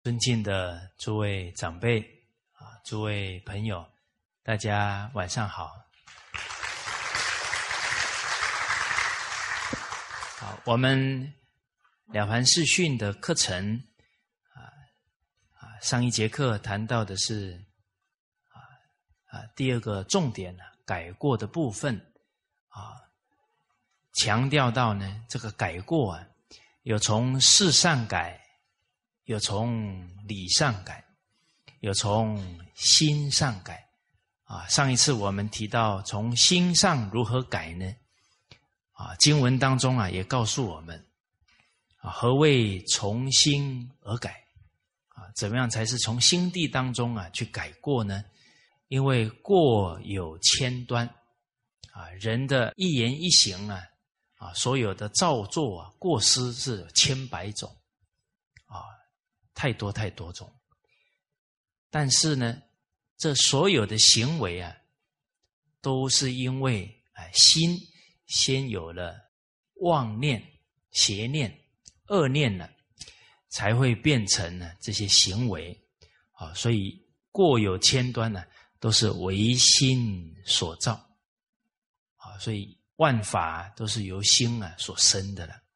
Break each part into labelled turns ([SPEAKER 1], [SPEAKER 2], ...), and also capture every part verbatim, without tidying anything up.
[SPEAKER 1] 尊敬的诸位长辈啊，诸位朋友，大家晚上好。好，我们了凡四训的课程啊啊，上一节课谈到的是啊啊第二个重点呢、啊，改过的部分啊，强调到呢，这个改过啊，有从事上改。有从理上改，有从心上改啊。上一次我们提到从心上如何改呢？啊，经文当中啊也告诉我们啊，何谓从心而改啊？怎么样才是从心地当中啊去改过呢？因为过有千端啊，人的一言一行啊啊，所有的造作啊过失是千百种啊。太多太多种，但是呢，这所有的行为啊，都是因为啊心先有了妄念、邪念、恶念呢，才会变成呢这些行为啊。所以过有千端呢，都是唯心所造啊。所以万法都是由心啊所生的了。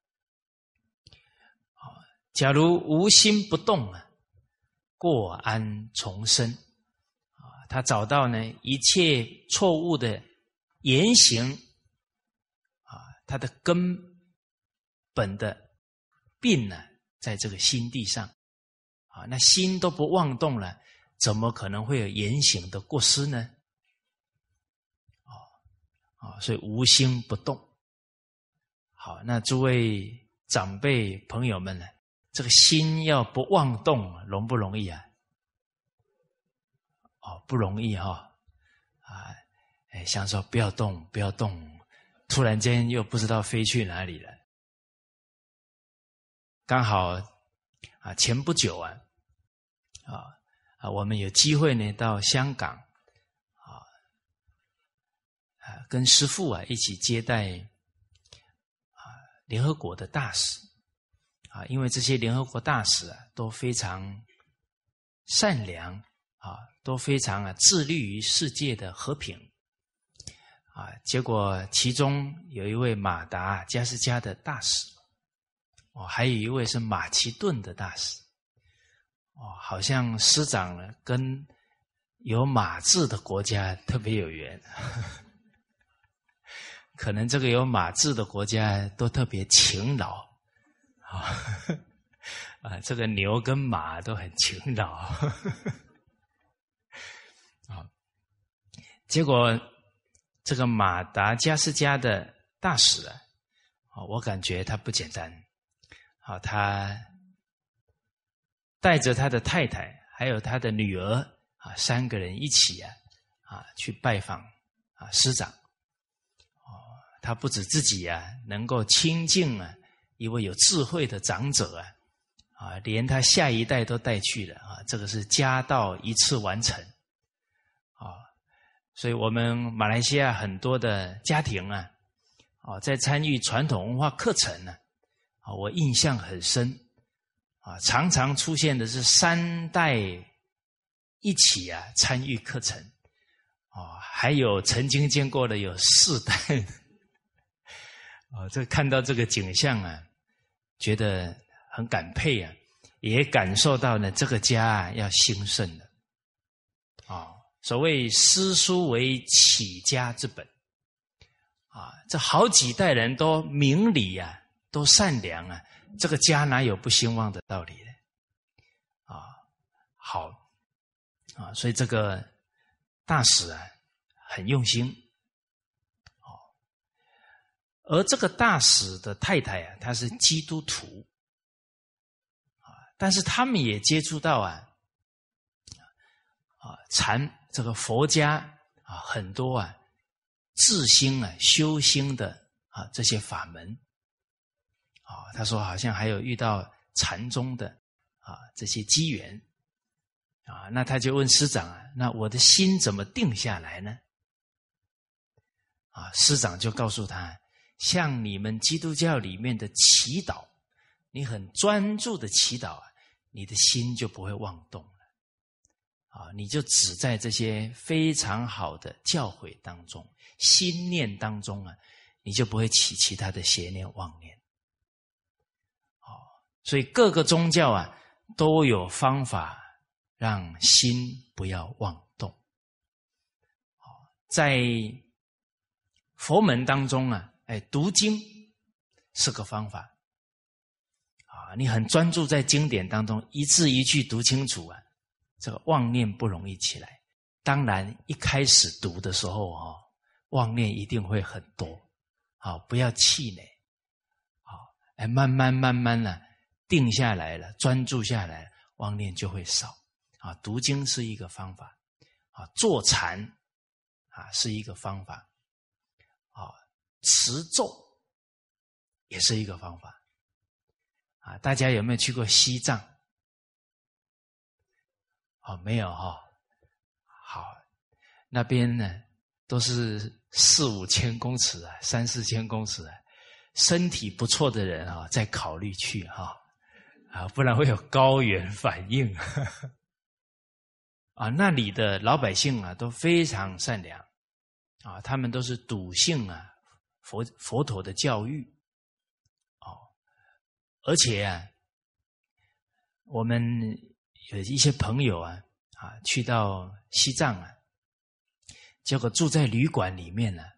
[SPEAKER 1] 假如无心不动啊，过安从生啊？他找到呢一切错误的言行啊，他的根本的病呢，在这个心地上啊。那心都不妄动了，怎么可能会有言行的过失呢？啊啊，所以无心不动。好，那诸位长辈朋友们呢？这个心要不妄动，容不容易啊？哦，不容易哈、哦！啊，哎，想说不要动，不要动，突然间又不知道飞去哪里了。刚好啊，前不久啊，啊啊，我们有机会呢到香港啊啊，跟师父啊一起接待啊联合国的大使。啊，因为这些联合国大使啊都非常善良啊，都非常啊致力于世界的和平啊。结果其中有一位马达加斯加的大使，哦，还有一位是马其顿的大使，哦，好像师长呢跟有马字的国家特别有缘，可能这个有马字的国家都特别勤劳。啊，啊，这个牛跟马都很勤劳啊。结果这个马达加斯加的大使啊，我感觉他不简单啊，他带着他的太太还有他的女儿啊，三个人一起啊啊去拜访啊师长。哦，他不止自己啊能够亲近啊。一位有智慧的长者啊，啊，连他下一代都带去了啊，这个是家道一次完成啊。所以我们马来西亚很多的家庭啊，啊，在参与传统文化课程呢，啊，我印象很深啊，常常出现的是三代一起啊参与课程啊，还有曾经见过的有四代啊，这看到这个景象啊。觉得很感佩啊，也感受到呢这个家啊要兴盛了啊、哦。所谓诗书为起家之本啊，这好几代人都明理啊，都善良啊，这个家哪有不兴旺的道理呢？啊，好啊，所以这个大使啊很用心。而这个大使的太太啊，她是基督徒啊，但是他们也接触到啊啊禅这个佛家啊很多啊自心啊修心的啊这些法门啊，他说好像还有遇到禅宗的啊这些机缘啊，那他就问师长啊，那我的心怎么定下来呢？啊，师长就告诉他。像你们基督教里面的祈祷，你很专注的祈祷啊， 你的心就不会妄动了啊！你就只在这些非常好的教诲当中、心念当中啊，你就不会起其他的邪念妄念。哦，所以各个宗教啊都有方法让心不要妄动。哦，在佛门当中啊，哎，读经是个方法。啊，你很专注在经典当中，一字一句读清楚啊，这个妄念不容易起来。当然，一开始读的时候哦，妄念一定会很多，好，不要气馁，好，哎，慢慢慢慢的、啊、定下来了，专注下来了，妄念就会少。啊，读经是一个方法，啊，坐禅啊是一个方法，啊，持咒也是一个方法。啊，大家有没有去过西藏？哦，没有哈、哦。好，那边呢都是四五千公尺啊，三四千公尺啊，身体不错的人啊、哦，再考虑去哈、哦、啊，不然会有高原反应啊。那里的老百姓啊都非常善良啊，他们都是笃信啊佛佛陀的教育。而且啊，我们有一些朋友啊，啊，去到西藏啊，结果住在旅馆里面呢、啊，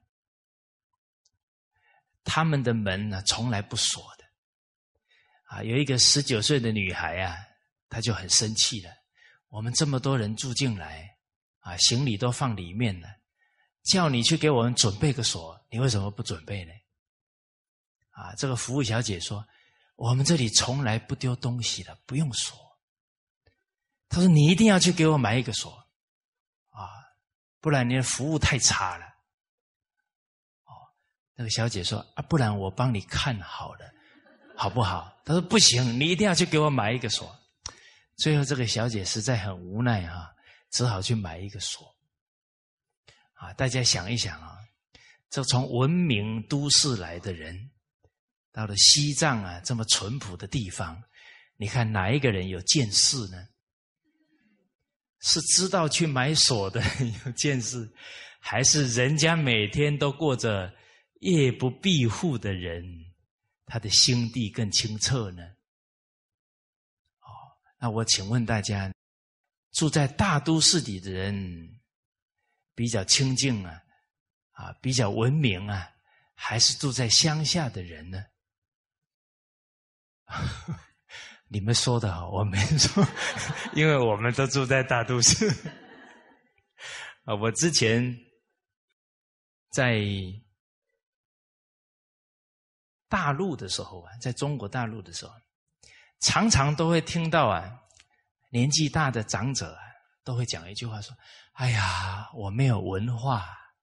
[SPEAKER 1] 他们的门呢从来不锁的，啊，有一个十九岁的女孩啊，她就很生气了。我们这么多人住进来，啊，行李都放里面了，叫你去给我们准备个锁，你为什么不准备呢？啊，这个服务小姐说，我们这里从来不丢东西的，不用锁。他说你一定要去给我买一个锁啊，不然你的服务太差了。哦，那个小姐说啊，不然我帮你看好了，好不好？他说不行，你一定要去给我买一个锁。最后这个小姐实在很无奈啊，只好去买一个锁。啊，大家想一想啊，这从文明都市来的人，到了西藏啊这么淳朴的地方，你看哪一个人有见识呢？是知道去买锁的人有见识，还是人家每天都过着夜不闭户的人，他的心地更清澈呢？哦，那我请问大家，住在大都市里的人比较清净啊，啊，比较文明啊，还是住在乡下的人呢？你们说的好，我没说，因为我们都住在大都市。啊，我之前在大陆的时候啊，在中国大陆的时候，常常都会听到啊，年纪大的长者啊，都会讲一句话说：“哎呀，我没有文化。”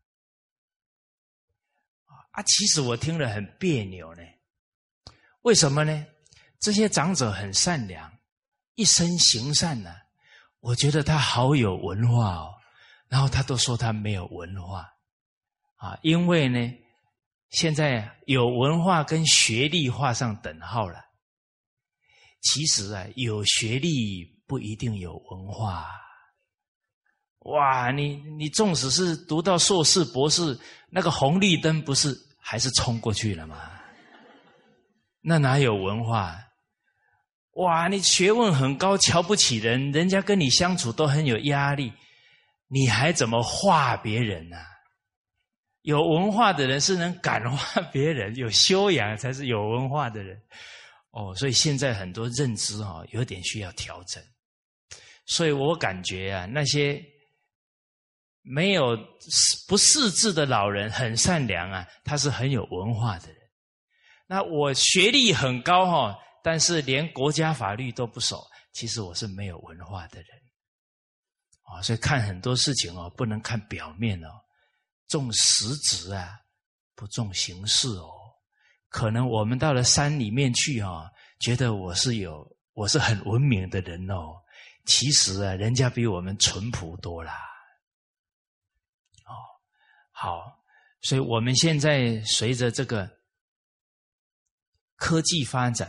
[SPEAKER 1] 啊，其实我听了很别扭呢。为什么呢？这些长者很善良，一生行善呢、啊，我觉得他好有文化哦。然后他都说他没有文化啊，因为呢，现在有文化跟学历画上等号了。其实啊，有学历不一定有文化。哇，你你纵使是读到硕士博士，那个红绿灯不是还是冲过去了吗？那哪有文化？哇，你学问很高，瞧不起人，人家跟你相处都很有压力，你还怎么化别人啊？有文化的人是能感化别人，有修养才是有文化的人。哦，所以现在很多认知哦，有点需要调整。所以我感觉啊，那些没有不识字的老人很善良啊，他是很有文化的人。那我学历很高哦，但是连国家法律都不守，其实我是没有文化的人。哦，所以看很多事情哦，不能看表面哦，重实质啊，不重形式哦。可能我们到了山里面去哦，觉得我是有我是很文明的人哦，其实啊，人家比我们淳朴多啦。哦，好，所以我们现在随着这个科技发展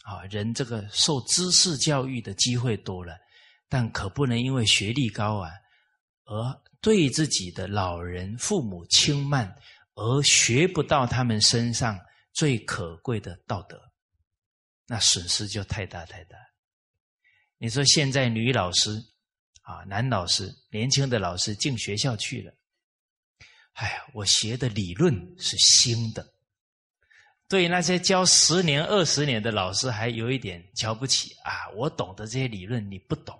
[SPEAKER 1] 啊，人这个受知识教育的机会多了，但可不能因为学历高啊，而对自己的老人父母轻慢，而学不到他们身上最可贵的道德，那损失就太大太大。你说现在女老师啊，男老师，年轻的老师进学校去了，哎呀，我学的理论是新的，对那些教十年二十年的老师还有一点瞧不起啊，我懂得这些理论你不懂。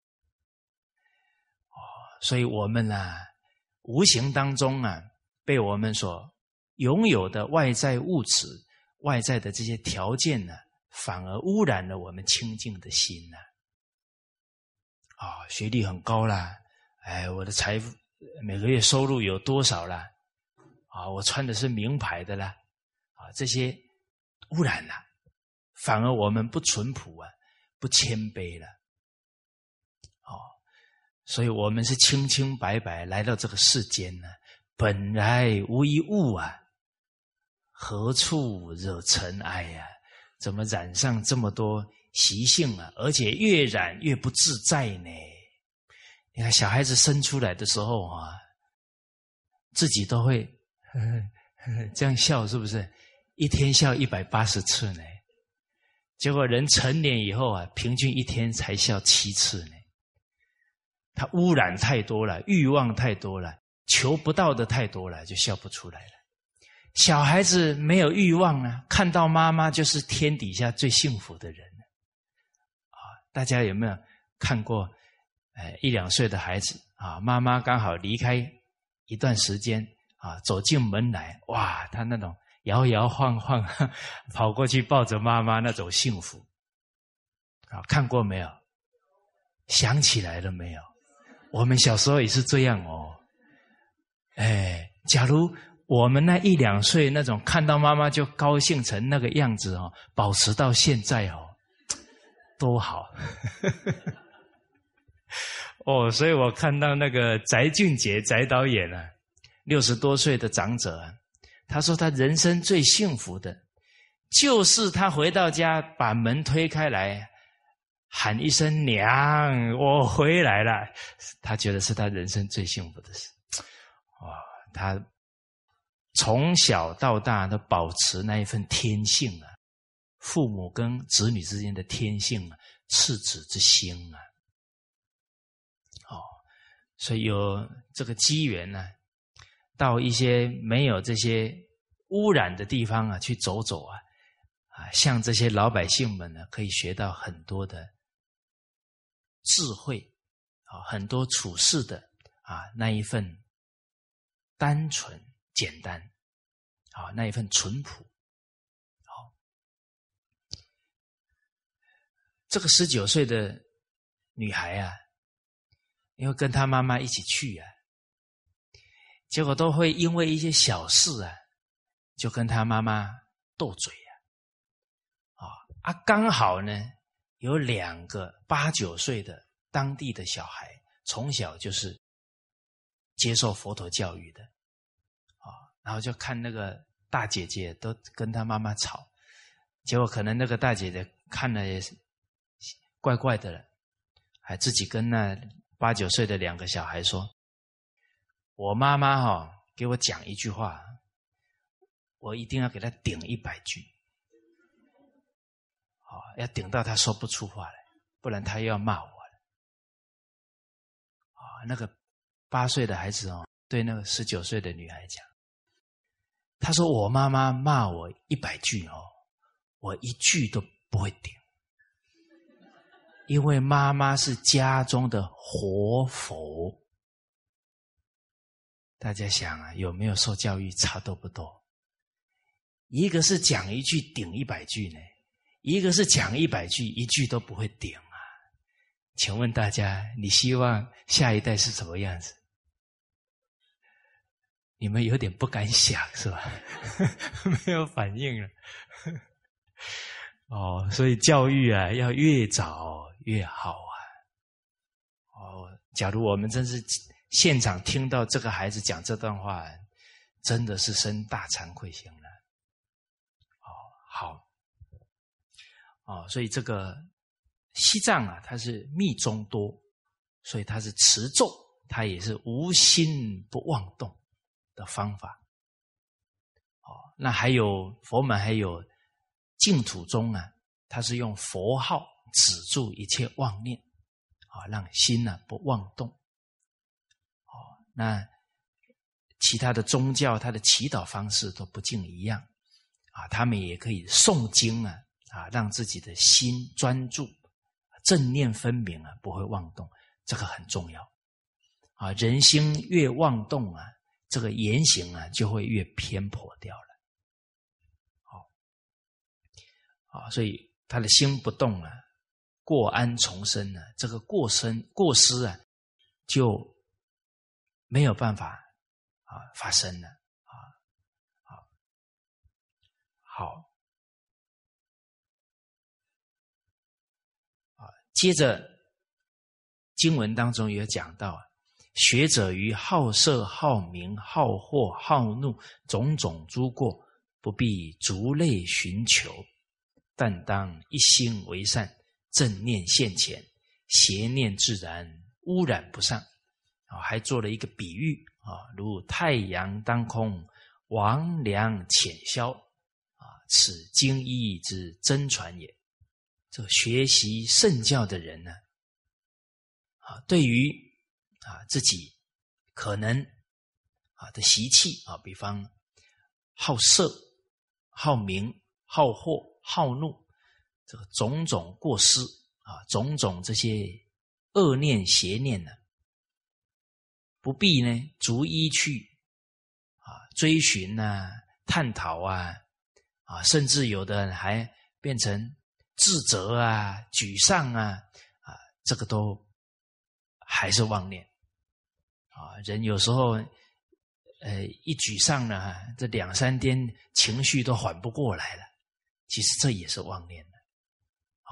[SPEAKER 1] 哦，所以我们啊，无形当中啊，被我们所拥有的外在物质、外在的这些条件呢、啊，反而污染了我们清净的心呢、啊。啊、哦，学历很高啦，哎，我的财富每个月收入有多少啦？啊，我穿的是名牌的啦，啊，这些污染了，反而我们不淳朴啊，不谦卑了。哦，所以我们是清清白白来到这个世间呢，本来无一物啊，何处惹尘埃呀、啊？怎么染上这么多习性啊？而且越染越不自在呢？你看小孩子生出来的时候啊，自己都会呵呵这样笑，是不是？一天笑一百八十次呢？结果人成年以后啊，平均一天才笑七次呢。他污染太多了，欲望太多了，求不到的太多了，就笑不出来了。小孩子没有欲望啊，看到妈妈就是天底下最幸福的人啊！大家有没有看过？哎，一两岁的孩子啊，妈妈刚好离开一段时间啊，走进门来，哇，他那种摇摇晃晃跑过去抱着妈妈那种幸福啊，看过没有？想起来了没有？我们小时候也是这样哦。哎，假如我们那一两岁那种看到妈妈就高兴成那个样子哦，保持到现在哦，多好。哦，所以我看到那个翟俊杰翟导演啊，六十多岁的长者啊，他说他人生最幸福的，就是他回到家把门推开来，喊一声娘，我回来了，他觉得是他人生最幸福的事。哇、哦，他从小到大都保持那一份天性啊，父母跟子女之间的天性啊，赤子之心啊。哦，所以有这个机缘呢、啊，到一些没有这些污染的地方啊，去走走啊，啊，像这些老百姓们呢，可以学到很多的智慧，啊，很多处事的啊那一份单纯简单，啊，那一份淳朴。好，这个十九岁的女孩啊。因为跟他妈妈一起去啊，结果都会因为一些小事啊，就跟他妈妈斗嘴啊。啊啊，刚好呢，有两个八九岁的当地的小孩，从小就是接受佛陀教育的，啊，然后就看那个大姐姐都跟他妈妈吵，结果可能那个大姐姐看了也是怪怪的了，还自己跟那八九岁的两个小孩说，我妈妈哈、哦、给我讲一句话，我一定要给她顶一百句，哦，要顶到她说不出话来，不然她又要骂我了。啊、哦，那个八岁的孩子哦，对那个十九岁的女孩讲，他说我妈妈骂我一百句哦，我一句都不会顶。因为妈妈是家中的活佛，大家想啊，有没有受教育差多不多？一个是讲一句顶一百句呢，一个是讲一百句一句都不会顶啊。请问大家，你希望下一代是什么样子？你们有点不敢想是吧？没有反应了。哦，所以教育啊，要越早越好啊！哦，假如我们真是现场听到这个孩子讲这段话，真的是生大惭愧心了。哦，好， 哦，所以这个西藏啊，它是密宗多，所以它是持咒，它也是无心不妄动的方法。哦，那还有佛门还有净土宗啊，它是用佛号止住一切妄念，啊、哦，让心呢、啊、不妄动。哦，那其他的宗教，它的祈祷方式都不尽一样啊，他们也可以诵经啊，啊，让自己的心专注，正念分明啊，不会妄动，这个很重要啊。人心越妄动啊，这个言行啊就会越偏颇掉了。好，啊，所以他的心不动啊，过安重生啊，这个过生过失啊，就没有办法啊发生了啊。好，好。接着经文当中有讲到，学者于好色好名好惑好怒种种诸过，不必逐类寻求，但当一心为善，正念现前，邪念自然污染不上。还做了一个比喻，如太阳当空，王良浅消，此经义之真传也。这个学习圣教的人呢，啊，对于啊自己可能啊的习气啊，比方好色、好名、好惑、好怒，这个种种过失啊，种种这些恶念邪念呢，不必呢逐一去啊追寻啊、探讨啊，啊，甚至有的人还变成自责啊、沮丧啊，啊，这个都还是妄念啊。人有时候，呃，一沮丧呢，这两三天情绪都缓不过来了，其实这也是妄念的啊。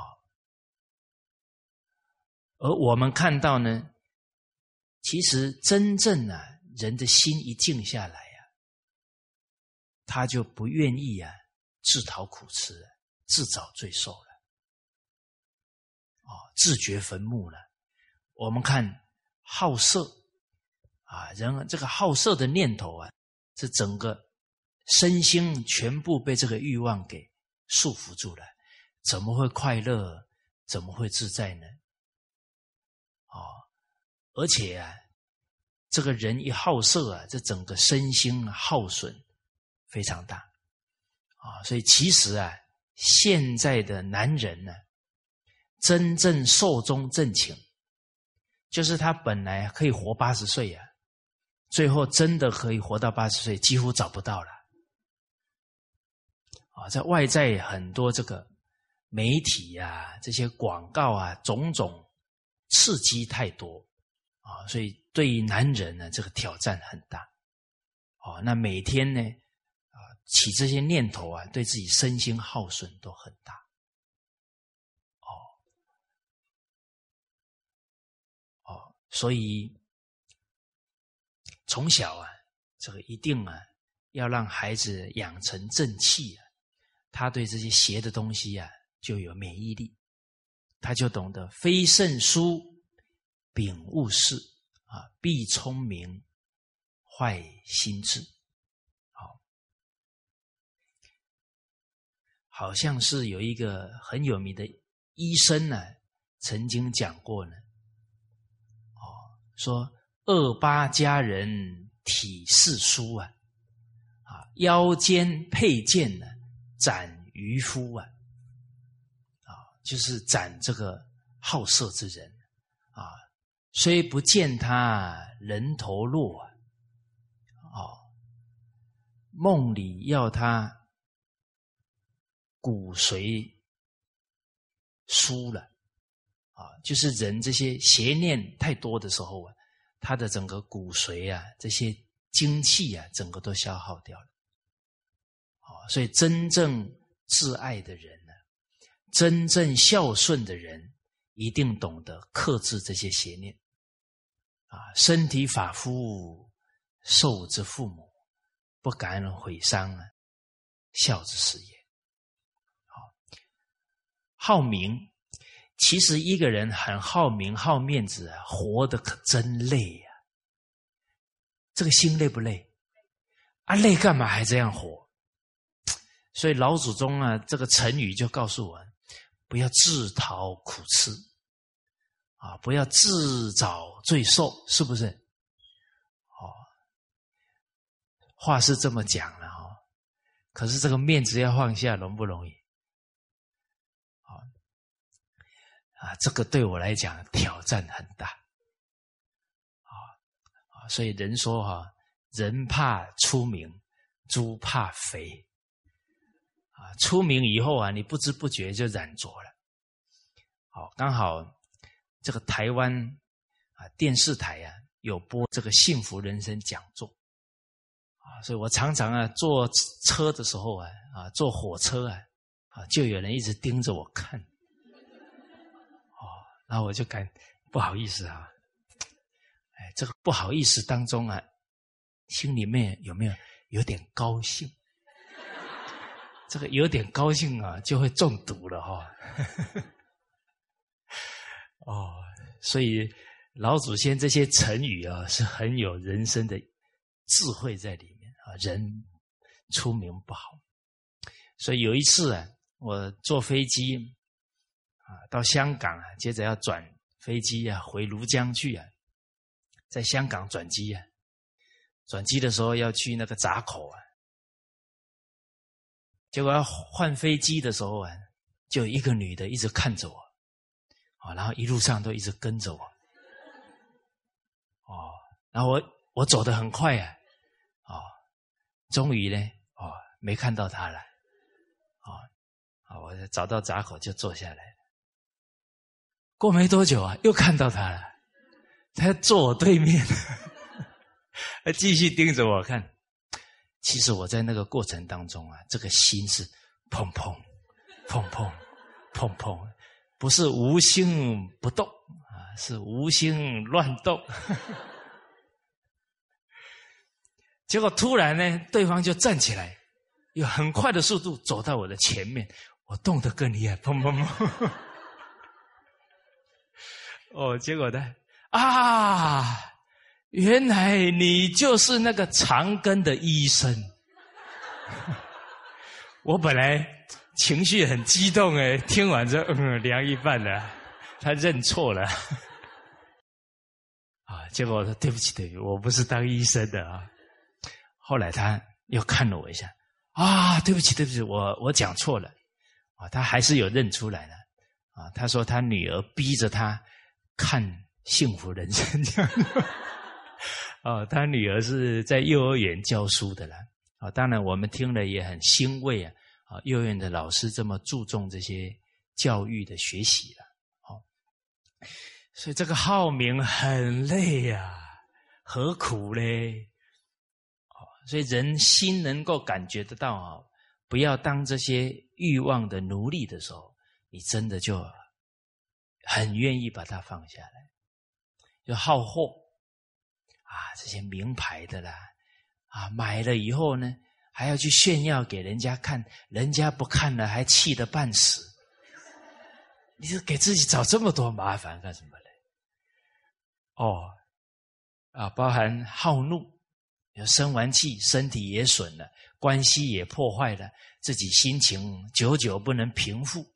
[SPEAKER 1] 而我们看到呢，其实真正啊，人的心一静下来啊，他就不愿意啊自讨苦吃，自找罪受了。哦，自掘坟墓了。我们看好色啊，人这个好色的念头啊，是整个身心全部被这个欲望给束缚住了，怎么会快乐？怎么会自在呢？哦，而且啊，这个人一好色啊，这整个身心耗损非常大啊，所以其实啊，现在的男人呢，真正寿终正寝，就是他本来可以活八十岁啊，最后真的可以活到八十岁，几乎找不到了。啊，在外在很多这个媒体啊，这些广告啊，种种刺激太多啊，所以对于男人呢，这个挑战很大。哦，那每天呢，啊，起这些念头啊，对自己身心耗损都很大。所以从小啊，这个一定啊，要让孩子养成正气啊，他对这些邪的东西啊，就有免疫力，他就懂得非圣书，秉勿视啊，必聪明，坏心智。好，好像是有一个很有名的医生呢、啊，曾经讲过呢。说二八佳人体似书啊，啊腰间佩剑呢，斩渔夫啊，啊就是斩这个好色之人啊，虽不见他人头落啊，哦，梦里要他骨髓疏了。啊，就是人这些邪念太多的时候啊，他的整个骨髓啊，这些精气啊，整个都消耗掉了。啊，所以真正挚爱的人呢、啊，真正孝顺的人，一定懂得克制这些邪念。啊，身体发肤，受之父母，不敢毁伤啊，孝之始也。好， 好名，其实一个人很好名好面子啊，活得可真累啊。这个心累不累？啊，累干嘛还这样活？所以老祖宗啊，这个成语就告诉我，不要自讨苦吃啊，不要自找罪受，是不是？哦，话是这么讲了哈，可是这个面子要放下，容不容易？啊啊，这个对我来讲挑战很大。所以人说哈，人怕出名，猪怕肥。啊，出名以后啊，你不知不觉就染着了。好，刚好这个台湾啊电视台啊有播这个幸福人生讲座啊，所以我常常啊坐车的时候啊啊坐火车啊啊就有人一直盯着我看。哦，然后我就感不好意思啊。哎，这个不好意思当中啊，心里面有没有有点高兴？这个有点高兴啊，就会中毒了哈、哦。哦，所以老祖先这些成语啊，是很有人生的智慧在里面啊。人出名不好，所以有一次啊，我坐飞机啊到香港啊，接着要转飞机啊回庐江去啊。在香港转机啊，转机的时候要去那个闸口啊，结果要换飞机的时候啊，就有一个女的一直看着我，啊，然后一路上都一直跟着我，哦，然后我我走得很快啊，哦，终于呢，哦，没看到她了，哦，啊，我找到闸口就坐下来了，过没多久啊，又看到她了。他坐我对面，他继续盯着我看。其实我在那个过程当中啊，这个心是砰砰砰砰砰砰，不是无心不动啊，是无心乱动。结果突然呢，对方就站起来，用很快的速度走到我的前面，我动得更厉害，砰砰砰。哦，结果呢？啊，原来你就是那个长庚的医生。我本来情绪很激动诶，听完之后嗯凉一半了，他认错了。啊，结果我说对不起对不起，我不是当医生的啊。后来他又看了我一下，啊，对不起对不起，我我讲错了。啊，他还是有认出来了。啊，他说他女儿逼着他看幸福人生这样的。哦，他女儿是在幼儿园教书的啦。啊，当然我们听了也很欣慰啊。啊，幼儿园的老师这么注重这些教育的学习了。哦，所以这个好名很累啊，何苦嘞？哦，所以人心能够感觉得到啊，不要当这些欲望的奴隶的时候，你真的就很愿意把它放下来。就好货啊，这些名牌的啦，啊，买了以后呢，还要去炫耀给人家看，人家不看了还气得半死。你是给自己找这么多麻烦干什么嘞？哦，啊，包含好怒，生完气，身体也损了，关系也破坏了，自己心情久久不能平复。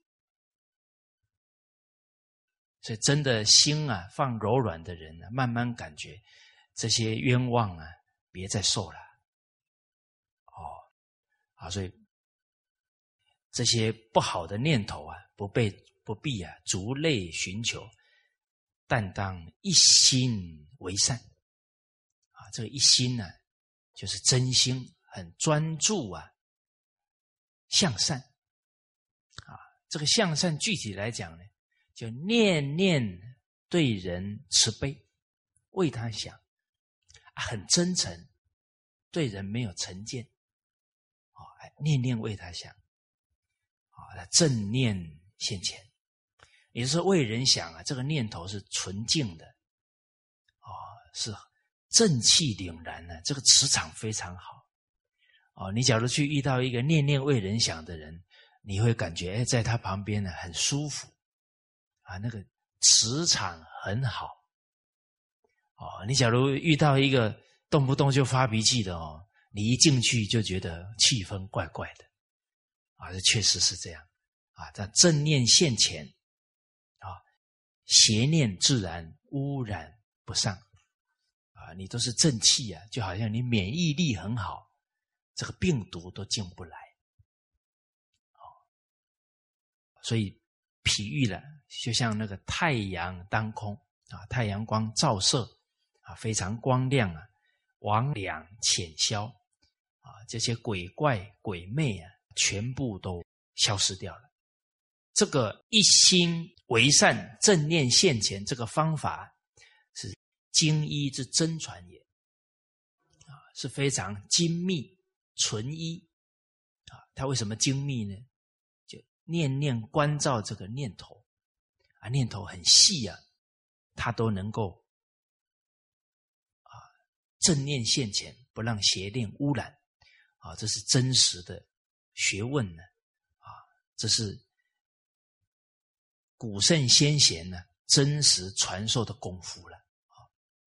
[SPEAKER 1] 所以真的心啊放柔软的人啊，慢慢感觉这些冤枉啊别再受了。哦，啊，所以这些不好的念头啊不被不必啊逐类寻求，但当一心为善。啊，这个一心呢、啊、就是真心很专注啊向善。啊，这个向善具体来讲呢，就念念对人慈悲，为他想，啊、很真诚，对人没有成见，啊、念念为他想，啊、正念现前，也就是为人想啊，这个念头是纯净的，啊、是正气凛然的，这个磁场非常好。哦，你假如去遇到一个念念为人想的人， 你会感觉哎，在他旁边呢很舒服啊，那个磁场很好哦。你假如遇到一个动不动就发脾气的哦，你一进去就觉得气氛怪怪的啊，这确实是这样啊。在正念现前啊，邪念自然污染不上啊，你都是正气啊，就好像你免疫力很好，这个病毒都进不来。所以比喻了，就像那个太阳当空啊，太阳光照射啊，非常光亮啊，魍魉浅消啊，这些鬼怪鬼魅啊，全部都消失掉了。这个一心为善，正念现前，这个方法是精一之真传也啊，是非常精密纯一啊。它为什么精密呢？念念关照这个念头啊，念头很细啊，它都能够啊正念现前，不让邪念污染啊，这是真实的学问呢啊，这是古圣先贤呢真实传授的功夫了啊。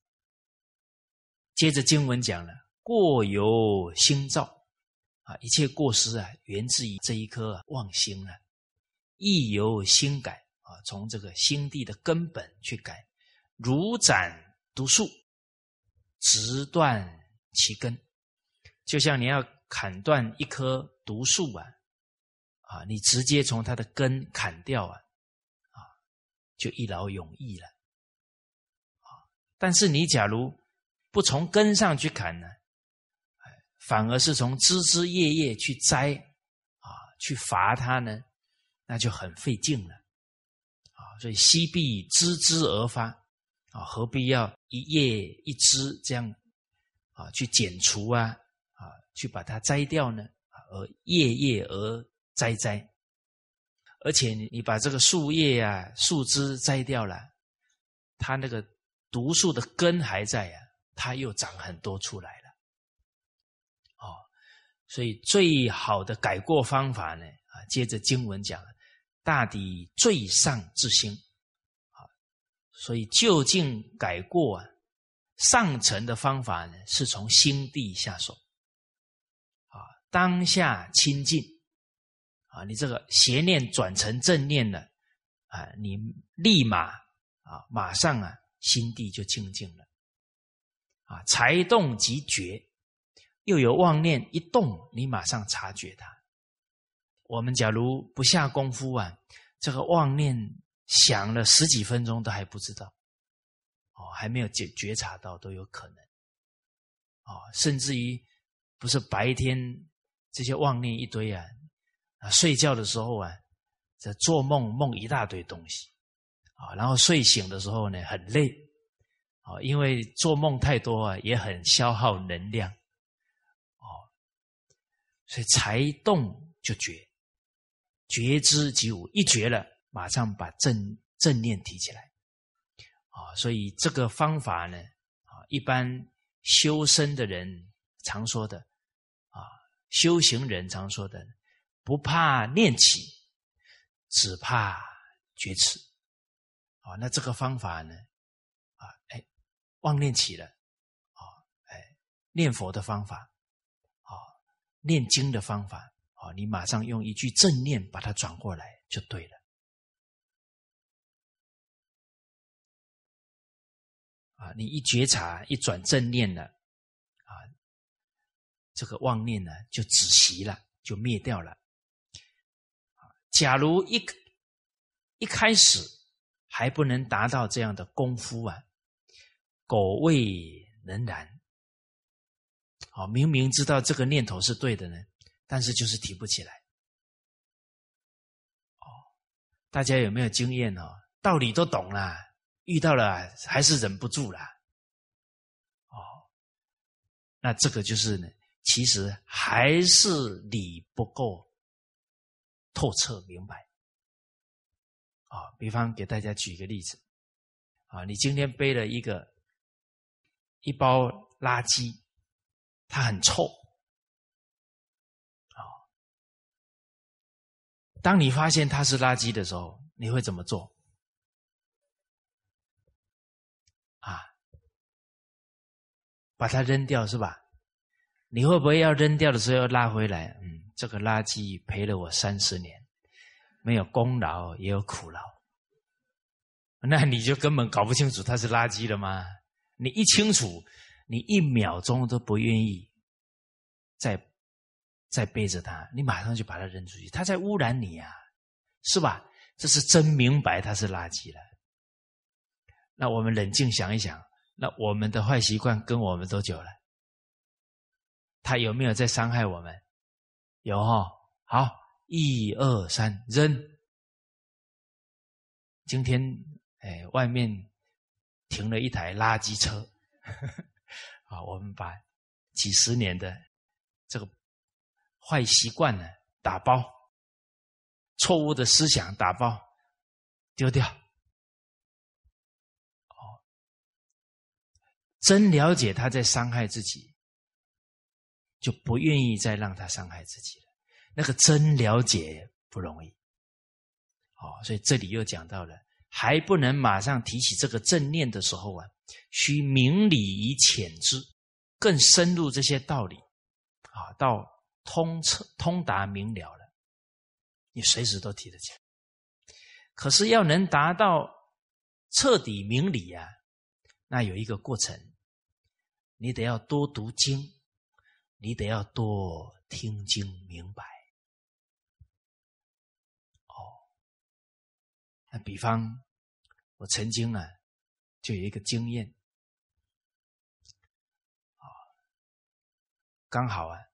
[SPEAKER 1] 接着经文讲了，过由心造啊，一切过失啊，源自于这一颗妄心啊。亦由心改啊，从这个心地的根本去改，如斩毒树，直断其根。就像你要砍断一棵毒树啊，啊，你直接从它的根砍掉啊，啊，就一劳永逸了。啊，但是你假如不从根上去砍呢，反而是从枝枝叶叶去摘啊，去伐它呢，那就很费劲了啊！所以悉必枝枝而发啊，何必要一叶一枝这样啊去剪除啊啊，去把它摘掉呢？啊，而叶叶而摘摘，而且你你把这个树叶啊、树枝摘掉了，它那个毒素的根还在啊，它又长很多出来了。哦，所以最好的改过方法呢啊，接着经文讲了。大抵最上之心啊，所以究竟改过啊，上层的方法呢，是从心地下手啊，当下清净啊，你这个邪念转成正念了啊，你立马啊，马上啊，心地就清净了啊，才动即觉，又有妄念一动，你马上察觉它。我们假如不下功夫啊，这个妄念想了十几分钟都还不知道，哦，还没有觉觉察到都有可能，哦，甚至于不是白天这些妄念一堆啊，啊，睡觉的时候啊，这做梦梦一大堆东西，啊，然后睡醒的时候呢很累，啊，因为做梦太多啊，也很消耗能量，哦，所以才动就觉。觉知即无，一觉了，马上把正正念提起来啊！所以这个方法呢，啊，一般修身的人常说的啊，修行人常说的，不怕念起，只怕觉迟啊。那这个方法呢，啊，哎，妄念起了啊，哎，念佛的方法啊，念经的方法。哦，你马上用一句正念把它转过来就对了啊！你一觉察一转正念了啊，这个妄念呢就止息了，就灭掉了。假如一一开始还不能达到这样的功夫啊，苟未能然，好，明明知道这个念头是对的呢，但是就是提不起来。哦，大家有没有经验哦？道理都懂啦，遇到了还是忍不住啦。哦，那这个就是呢，其实还是理不够透彻明白。啊、哦，比方给大家举一个例子啊，你今天背了一个一包垃圾，它很臭。 当你发现它是垃圾的时候，你会怎么做？啊，把它扔掉是吧？你会不会要扔掉的时候要拉回来？嗯，这个垃圾陪了我三十年，没有功劳也有苦劳。那你就根本搞不清楚它是垃圾了吗？你一清楚，你一秒钟都不愿意再再背着它，你马上就把它扔出去，它在污染你啊，是吧？这是真明白它是垃圾了。那我们冷静想一想，那我们的坏习惯跟我们多久了？它有没有在伤害我们？有哦。好，一二三，扔。今天哎，外面停了一台垃圾车，啊，我们把几十年的这个坏习惯呢打包，错误的思想打包丢掉。哦，真了解他在伤害自己，就不愿意再让他伤害自己了。那个真了解不容易。哦，所以这里又讲到了，还不能马上提起这个正念的时候啊，需明理以浅之，更深入这些道理啊，到通彻通达明了了，你随时都提得起来。可是要能达到彻底明理啊，那有一个过程，你得要多读经，你得要多听经明白。那比方我曾经啊就有一个经验啊，刚好啊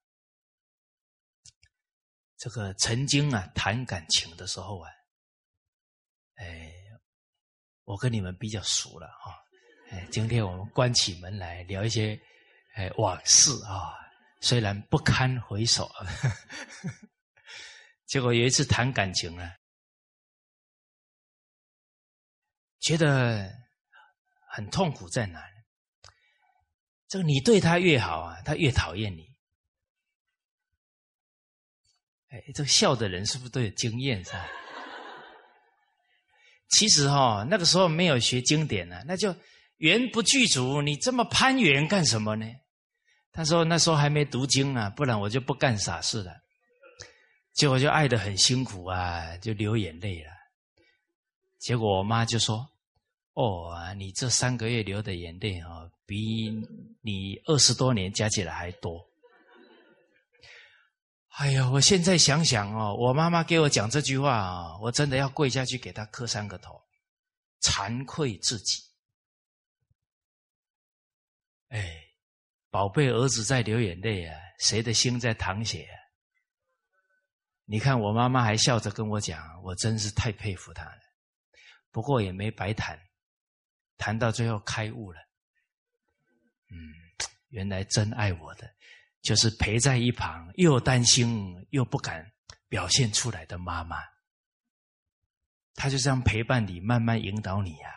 [SPEAKER 1] 这个曾经啊谈感情的时候啊，哎，我跟你们比较熟了哈，哎，今天我们关起门来聊一些哎往事啊，虽然不堪回首，结果有一次谈感情啊，觉得很痛苦在哪呢？这个你对他越好啊，他越讨厌你。哎，这个笑的人是不是都有经验是吧？其实哈、哦，那个时候没有学经典啊，那就缘不具足，你这么攀缘干什么呢？他说那时候还没读经啊，不然我就不干傻事了。结果就爱得很辛苦啊，就流眼泪了。结果我妈就说：“哦，你这三个月流的眼泪哦，比你二十多年加起来还多。”哎呀，我现在想想哦，我妈妈给我讲这句话啊、哦，我真的要跪下去给她磕三个头，惭愧自己。哎，宝贝儿子在流眼泪啊，谁的心在淌血啊？你看我妈妈还笑着跟我讲，我真是太佩服她了。不过也没白谈，谈到最后开悟了。嗯，原来真爱我的，就是陪在一旁又担心又不敢表现出来的妈妈。她就这样陪伴你，慢慢引导你啊。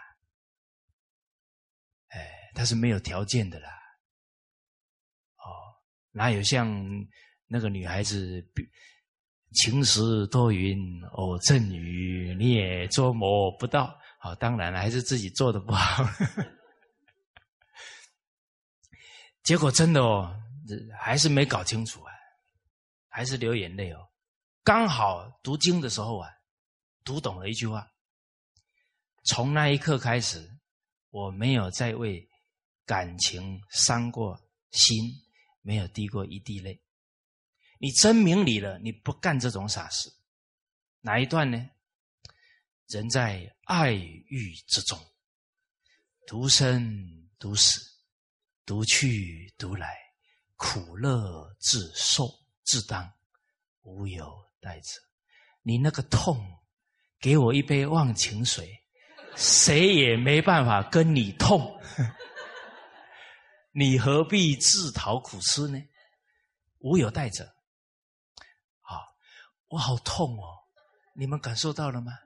[SPEAKER 1] 哎，她是没有条件的啦。哦，哪有像那个女孩子晴时多云偶阵雨，你也捉摸不到。好、哦，当然了，还是自己做的不好。结果真的哦，还是没搞清楚啊，还是流眼泪哦。刚好读经的时候啊，读懂了一句话。从那一刻开始，我没有再为感情伤过心，没有滴过一滴泪。你真明理了，你不干这种傻事。哪一段呢？人在爱欲之中，独生独死，独去独来，苦乐自受自当，无有代者。你那个痛，给我一杯忘情水，谁也没办法跟你痛。你何必自讨苦吃呢？无有代者。好，我好痛哦，你们感受到了吗？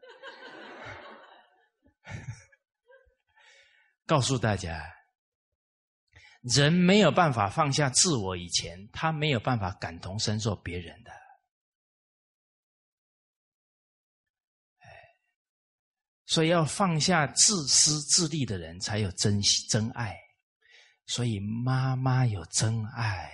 [SPEAKER 1] 告诉大家，人没有办法放下自我以前，他没有办法感同身受别人的。 所以要放下自私自利的人才有真真爱。所以妈妈有真爱，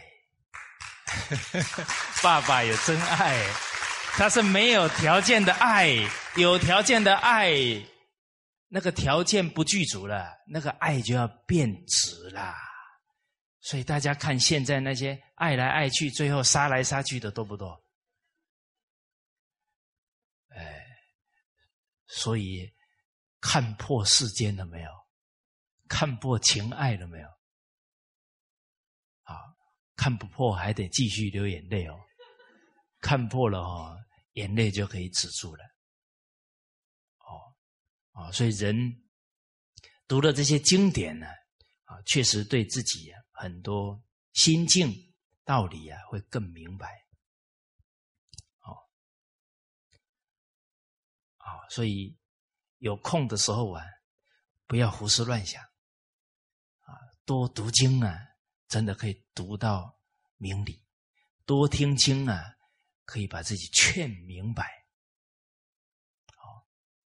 [SPEAKER 1] 爸爸有真爱，他是没有条件的爱，有条件的爱，那个条件不具足了，那个爱就要变质啦。所以大家看现在那些爱来爱去，最后杀来杀去的多不多？哎，所以看破世间了没有？看破情爱了没有？啊，看不破还得继续流眼泪哦。看破了哦，眼泪就可以止住了。哦，啊，所以人读了这些经典呢，啊，确实对自己啊很多心境道理啊会更明白。哦，啊，所以有空的时候啊，不要胡思乱想，啊，多读经啊。真的可以读到明理，多听经啊，可以把自己劝明白。好，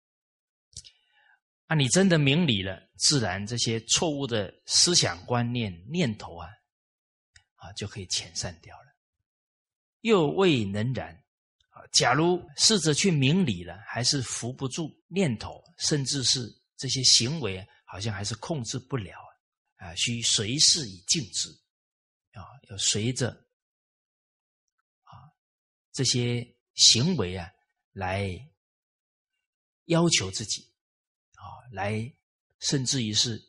[SPEAKER 1] 啊，你真的明理了，自然这些错误的思想观念念头啊，啊就可以遣散掉了。又未能然，啊，假如试着去明理了，还是扶不住念头，甚至是这些行为好像还是控制不了。啊，需随事以静之，啊，要随着啊这些行为啊来要求自己，啊，来甚至于是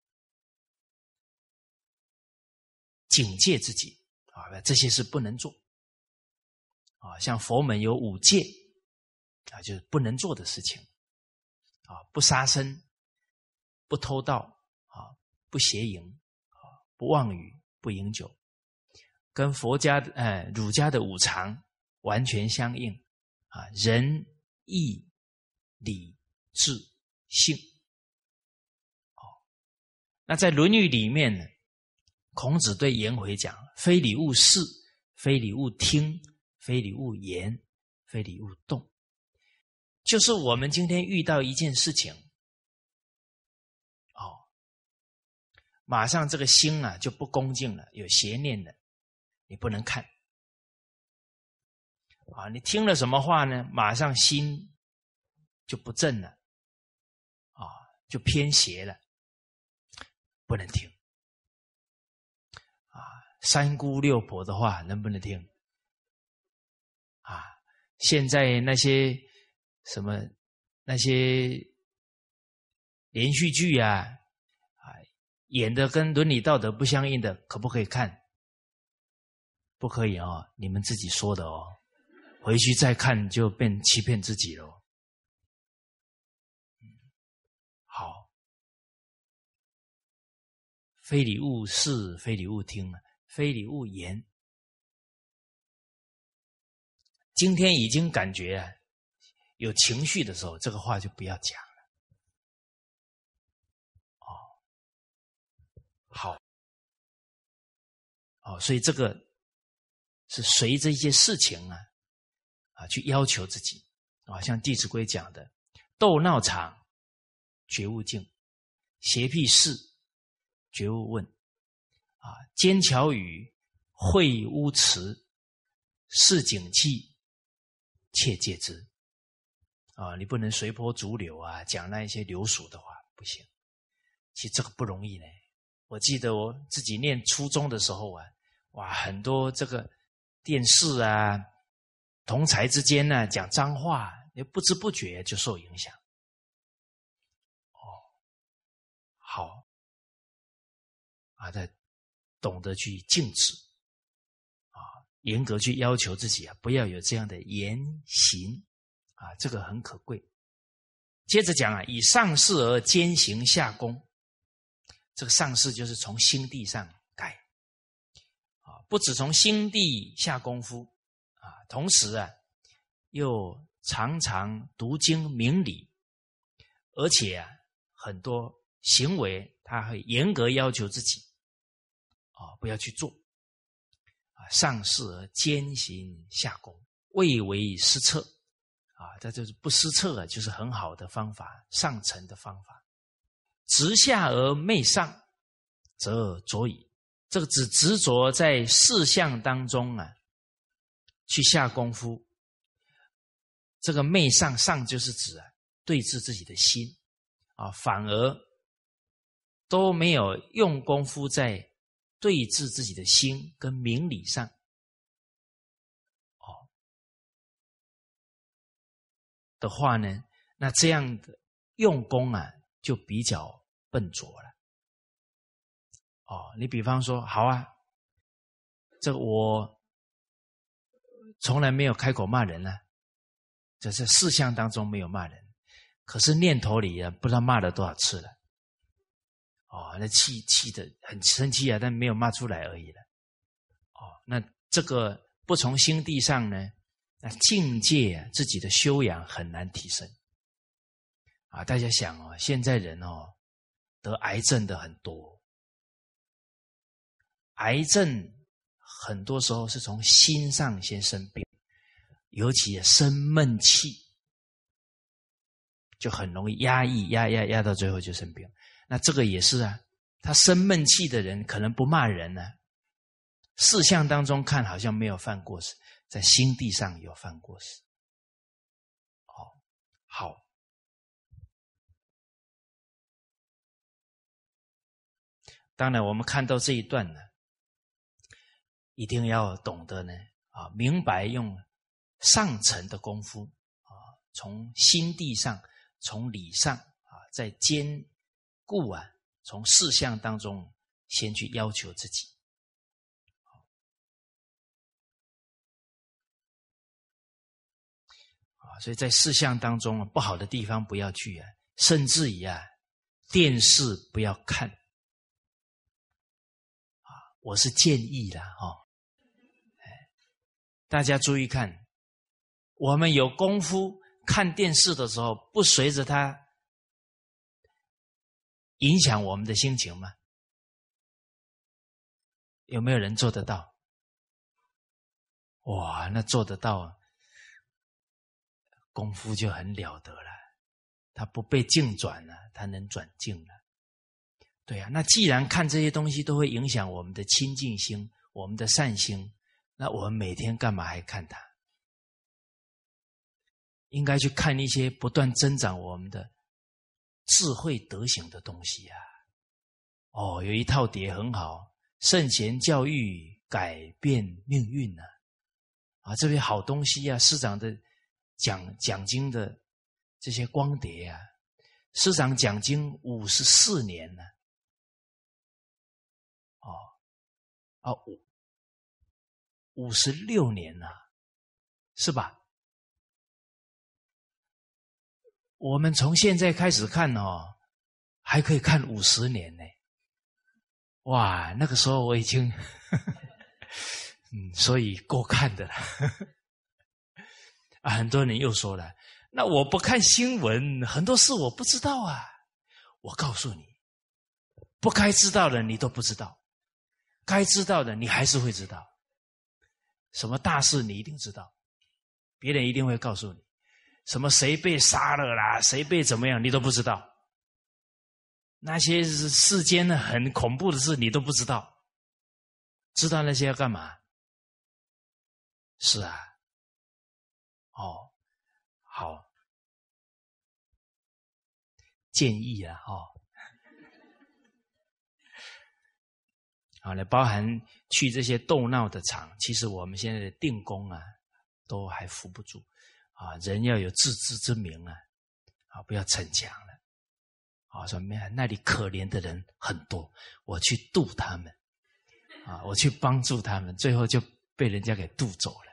[SPEAKER 1] 警戒自己，啊，这些是不能做，啊，像佛门有五戒，啊，就是不能做的事情，啊，不杀生，不偷盗，啊。不邪淫，不妄语，不饮酒，跟佛家的、呃、儒家的五常完全相应啊！仁、义、礼、智、信。哦，那在《论语》里面呢，孔子对颜回讲：非礼勿视，非礼勿听，非礼勿言，非礼勿动。就是我们今天遇到一件事情，马上这个心啊就不恭敬了，有邪念了，你不能看。啊，你听了什么话呢？马上心就不正了，啊，就偏邪了，不能听。啊，三姑六婆的话能不能听？啊，现在那些什么那些连续剧啊。演的跟伦理道德不相应的，可不可以看？不可以哦，你们自己说的哦，回去再看就变欺骗自己了。好，非礼勿视，非礼勿听，非礼勿言。今天已经感觉啊有情绪的时候，这个话就不要讲。好，哦，所以这个是随着一些事情啊，啊，去要求自己啊，像《弟子规》讲的：斗闹场，绝勿静；邪僻事，绝勿问；啊，奸巧语，秽污词，市井气，切戒之。啊，你不能随波逐流啊，讲那一些流俗的话，不行。其实这个不容易呢。我记得我自己念初中的时候啊，哇，很多这个电视啊，同侪之间呢、啊、讲脏话，也不知不觉就受影响。哦，好，啊，得懂得去禁止，啊，严格去要求自己啊，不要有这样的言行，啊，这个很可贵。接着讲啊，以上事而兼行下功。这个上事就是从心地上改，啊，不只从心地下功夫，啊，同时啊，又常常读经明理，而且啊，很多行为他会严格要求自己，啊，不要去做，啊，上事而兼行下功，未为失策，啊， 这就是不失策啊，就是很好的方法，上乘的方法。直下而昧上，则着矣。这个只执着在事项当中啊，去下功夫。这个昧上，上就是指啊，对治自己的心啊，反而都没有用功夫在对治自己的心跟明理上。哦，的话呢，那这样的用功啊，就比较笨拙了。哦，你比方说，好啊，这个我从来没有开口骂人啊，这是事项当中没有骂人，可是念头里啊，不知道骂了多少次了。哦，那气气的很生气啊，但没有骂出来而已了。哦，那这个不从心地上呢，那境界啊，自己的修养很难提升。啊，大家想哦，现在人哦，得癌症的很多，癌症很多时候是从心上先生病，尤其生闷气，就很容易压抑，压压压到最后就生病。那这个也是啊，他生闷气的人可能不骂人呢、啊，事项当中看好像没有犯过失，在心地上有犯过失。哦，好。当然我们看到这一段呢，一定要懂得呢啊，明白用上乘的功夫啊，从心地上，从理上啊，在兼顾啊，从事项当中先去要求自己。啊，所以在事项当中不好的地方不要去啊，甚至于啊，电视不要看。啊，我是建议啦哈、哦。大家注意看，我们有功夫看电视的时候，不随着它影响我们的心情吗？有没有人做得到？哇，那做得到，功夫就很了得了。它不被境转了，它能转境了。对啊，那既然看这些东西都会影响我们的清净心，我们的善心，那我们每天干嘛还看它？应该去看一些不断增长我们的智慧德行的东西啊。哦，有一套碟很好，圣贤教育改变命运啊。啊，这些好东西啊，师长的讲讲经的这些光碟啊，师长讲经五十四年了。哦，啊五五十六年了，是吧？我们从现在开始看哦，还可以看五十年呢。哇，那个时候我已经呵呵嗯，所以够看的了。啊，很多人又说了，那我不看新闻，很多事我不知道啊。我告诉你，不该知道的你都不知道，该知道的你还是会知道。什么大事你一定知道，别人一定会告诉你。什么谁被杀了啦，谁被怎么样，你都不知道。那些世间很恐怖的事你都不知道，知道那些要干嘛？是啊，哦，好，建议啊，哦，好，那包含去这些斗闹的场，其实我们现在的定功啊，都还扶不住啊，人要有自知之明啊，啊，不要逞强了。啊，说没有，那里可怜的人很多，我去度他们，啊，我去帮助他们，最后就被人家给渡走了，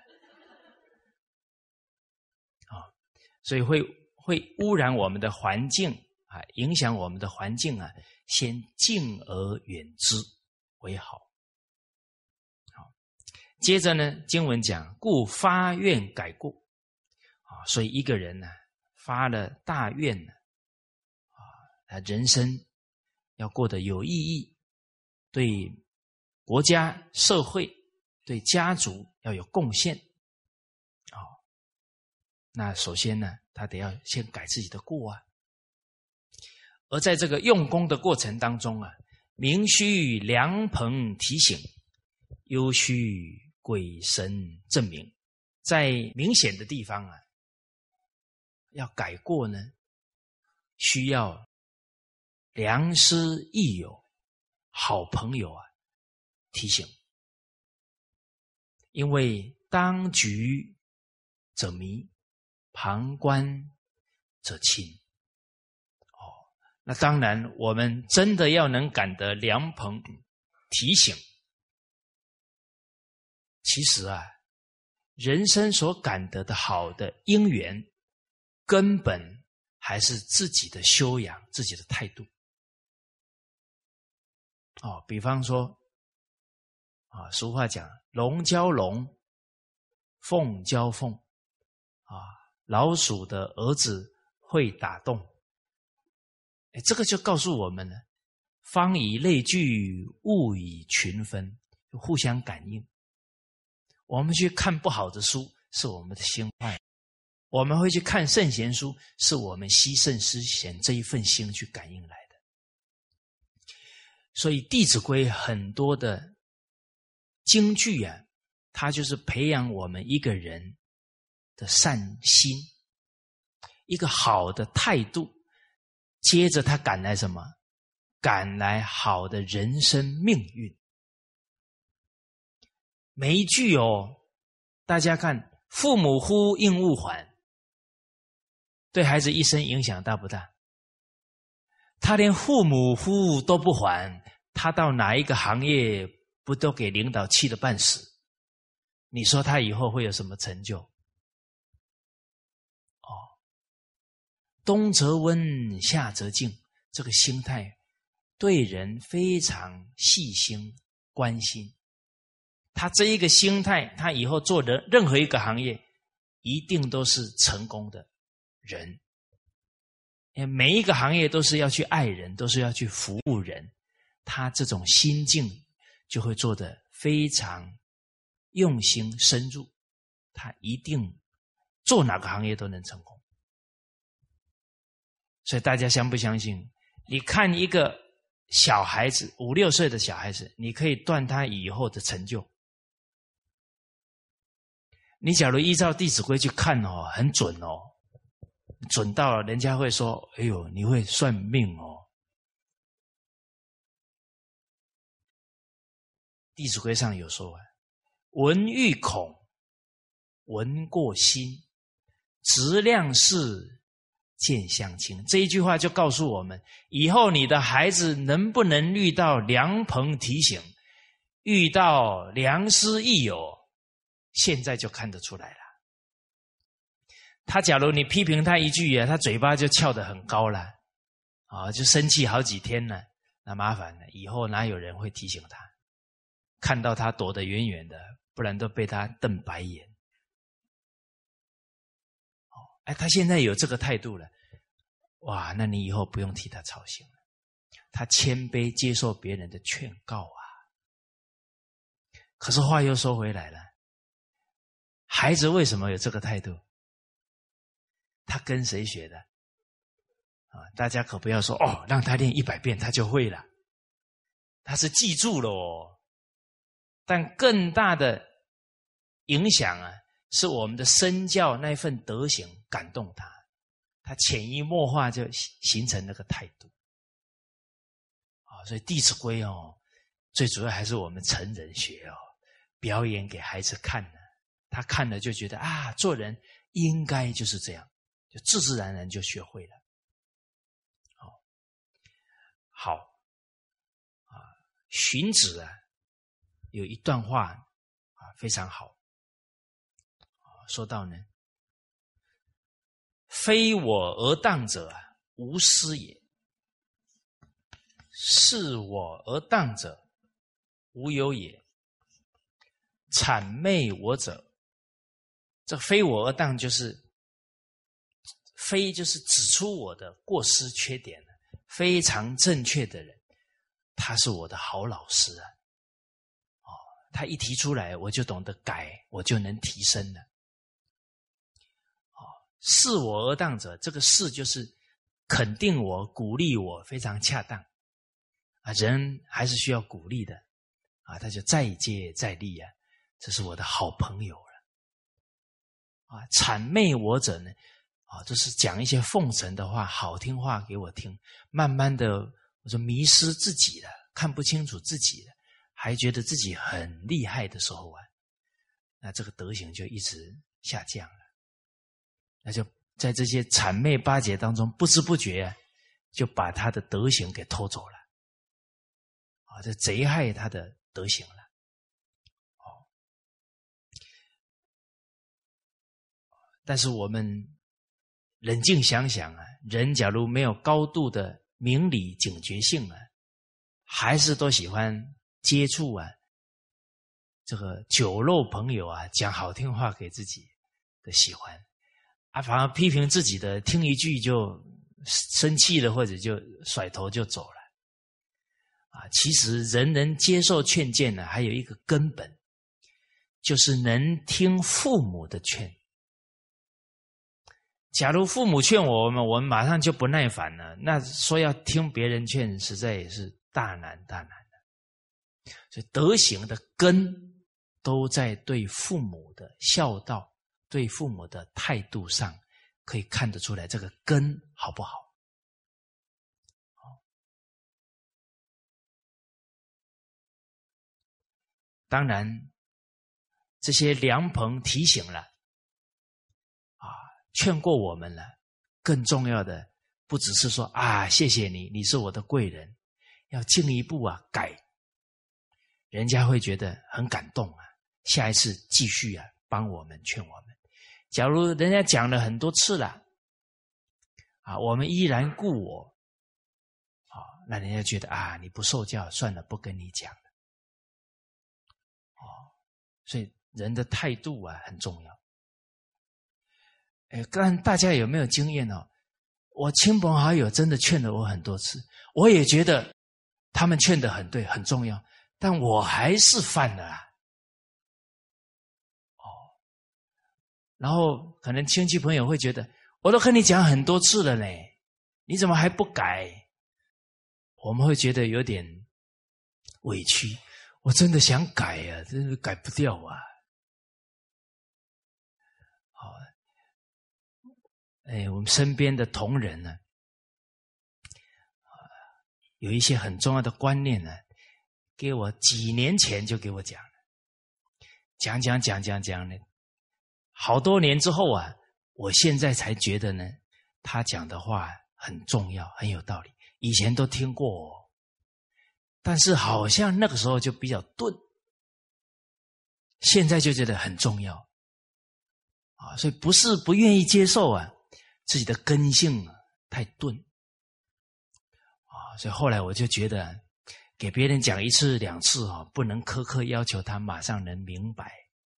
[SPEAKER 1] 啊，所以会会污染我们的环境啊，影响我们的环境啊，先敬而远之为好。好，接着呢，经文讲，故发愿改过，啊，所以一个人呢、啊，发了大愿呢。他人生要过得有意义，对国家、社会、对家族要有贡献。哦， 那首先呢，他得要先改自己的过啊。而在这个用功的过程当中啊，明须良朋提醒，忧须鬼神证明。在明显的地方啊，要改过呢，需要良师益友、好朋友啊提醒。因为当局者迷，旁观者清。哦，那当然，我们真的要能感得良朋提醒。其实啊，人生所感得的好的因缘，根本还是自己的修养、自己的态度。哦，比方说，啊，俗话讲，龙交龙，凤交凤，啊，老鼠的儿子会打洞。哎，这个就告诉我们了，方以类聚，物以群分，互相感应。我们去看不好的书，是我们的心坏；我们会去看圣贤书，是我们惜圣思贤这一份心去感应来的。所以《弟子规》很多的金句啊，它就是培养我们一个人的善心，一个好的态度，接着他赶来什么？赶来好的人生命运。每一句哦，大家看，父母呼应勿缓，对孩子一生影响大不大？他连父母呼都不还，他到哪一个行业不都给领导气得半死？你说他以后会有什么成就？哦，冬则温，夏则静，这个心态对人非常细心关心。他这一个心态，他以后做的任何一个行业一定都是成功的人。因为每一个行业都是要去爱人，都是要去服务人，他这种心境就会做得非常用心深入，他一定做哪个行业都能成功。所以大家相不相信？你看一个小孩子，五六岁的小孩子，你可以断他以后的成就。你假如依照《弟子规》去看哦，很准哦，准到人家会说：“哎呦，你会算命哦。”《弟子规》上有说啊：“闻欲恐，闻过心，直量事，见相亲。”这一句话就告诉我们，以后你的孩子能不能遇到良朋提醒，遇到良师益友，现在就看得出来了。他假如你批评他一句啊，他嘴巴就翘得很高了，啊，就生气好几天了，那麻烦了，以后哪有人会提醒他？看到他躲得远远的，不然都被他瞪白眼。哦，哎，他现在有这个态度了，哇，那你以后不用替他操心了。他谦卑接受别人的劝告啊。可是话又说回来了，孩子为什么有这个态度？他跟谁学的？啊，大家可不要说哦，让他练一百遍他就会了，他是记住了哦。但更大的影响啊，是我们的身教那份德行感动他，他潜移默化就形成那个态度。啊，所以《弟子规》哦，最主要还是我们成人学哦，表演给孩子看的，他看了就觉得啊，做人应该就是这样。就自自然然就学会了。好，好啊，荀子啊有一段话啊非常好，啊，说到呢，非我而当者啊，无师也；是我而当者，无有也。谄媚我者，这非我而当就是非就是指出我的过失缺点，非常正确的人，他是我的好老师啊！哦，他一提出来，我就懂得改，我就能提升了。哦， 视我而当者，这个视就是肯定我、鼓励我，非常恰当啊。人还是需要鼓励的啊，他就再接再厉啊，这是我的好朋友了啊。谄媚我者呢啊，就是讲一些奉承的话、好听话给我听，慢慢的我就迷失自己了，看不清楚自己了，还觉得自己很厉害的时候啊，那这个德行就一直下降了。那就在这些谄媚巴结当中，不知不觉啊，就把他的德行给偷走了啊，这贼害他的德行了。哦，但是我们冷静想想啊，人假如没有高度的明理警觉性啊，还是都喜欢接触啊这个酒肉朋友啊，讲好听话给自己的喜欢啊，反而批评自己的，听一句就生气了，或者就甩头就走了啊。其实人人接受劝谏呢，还有一个根本，就是能听父母的劝。假如父母劝我们，我们马上就不耐烦了，那说要听别人劝，实在也是大难大难的。所以德行的根都在对父母的孝道，对父母的态度上，可以看得出来这个根好不好。当然这些良朋提醒了啊，劝过我们了，更重要的不只是说啊谢谢你，你是我的贵人，要进一步啊改，人家会觉得很感动啊，下一次继续啊帮我们劝我们。假如人家讲了很多次了啊，我们依然故我啊，那人家觉得啊你不受教，算了，不跟你讲了。哦，所以人的态度啊很重要。哎，但大家有没有经验哦？我亲朋好友真的劝了我很多次，我也觉得他们劝得很对，很重要，但我还是犯了啊。哦，然后可能亲戚朋友会觉得，我都跟你讲很多次了呢，你怎么还不改？我们会觉得有点委屈，我真的想改啊，真是改不掉啊。好，哎，我们身边的同仁呢，有一些很重要的观念呢，给我几年前就给我讲了，讲讲讲讲讲呢，好多年之后啊，我现在才觉得呢，他讲的话很重要，很有道理。以前都听过哦，但是好像那个时候就比较钝，现在就觉得很重要啊，所以不是不愿意接受啊，自己的根性啊太钝啊，所以后来我就觉得，给别人讲一次两次啊，不能苛刻要求他马上能明白，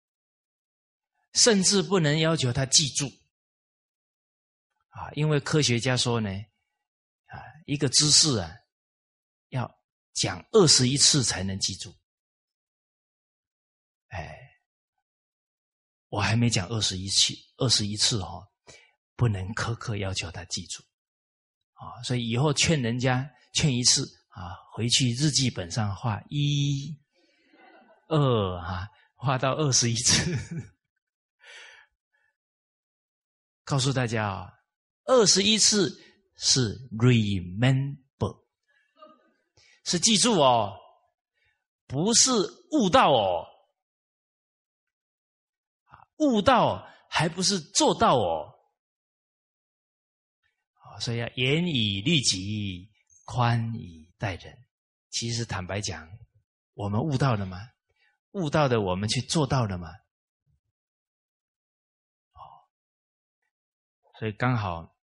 [SPEAKER 1] 甚至不能要求他记住啊，因为科学家说呢，啊，一个知识啊，要讲二十一次才能记住。哎，我还没讲二十一次，二十一次哦，不能苛刻要求他记住啊，所以以后劝人家劝一次啊，回去日记本上画一、二啊，画到二十一次。告诉大家啊，二十一次是 remember， 是记住哦，不是悟到哦，悟到还不是做到哦。所以要严以律己，宽以待人。其实坦白讲，我们悟到了吗？悟到的我们去做到了吗？哦，所以刚好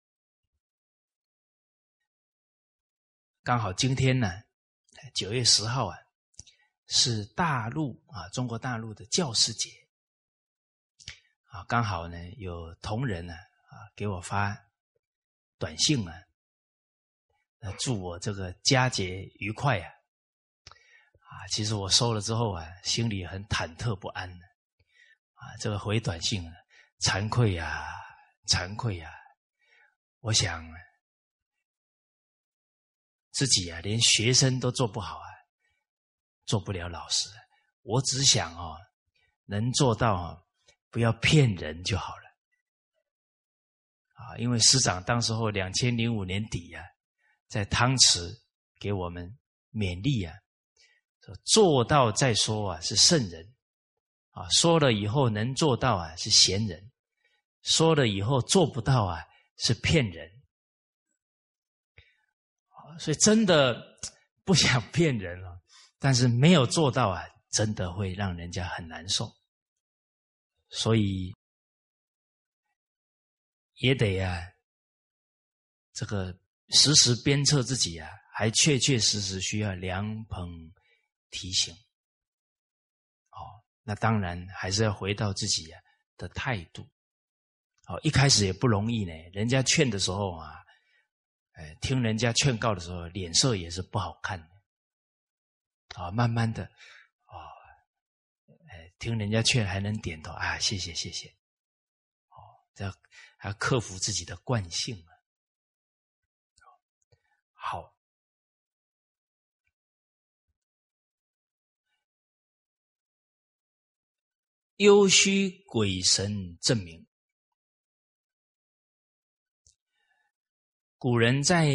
[SPEAKER 1] 刚好今天呢，九月十号啊，是大陆啊，中国大陆的教师节啊，刚好呢有同仁呢啊给我发短信啊，祝我这个佳节愉快啊！啊，其实我收了之后啊，心里很忐忑不安的啊。这个回短信啊，惭愧啊， 惭愧啊！我想自己啊，连学生都做不好啊，做不了老师。我只想哦，能做到哦，不要骗人就好了。啊，因为师长当时候两千零五年底啊，在汤池给我们勉励啊，说做到再说啊是圣人啊，说了以后能做到啊是贤人，说了以后做不到啊是骗人。所以真的不想骗人了，但是没有做到啊，真的会让人家很难受。所以也得啊，这个时时鞭策自己啊，还确确实实需要良朋提醒。哦，那当然还是要回到自己啊的态度。哦，一开始也不容易呢，人家劝的时候啊，哎，听人家劝告的时候，脸色也是不好看的。啊，慢慢的，哦，哎，听人家劝还能点头啊，谢谢谢谢。哦，这样还要克服自己的惯性啊。好，幽虚鬼神证明。古人在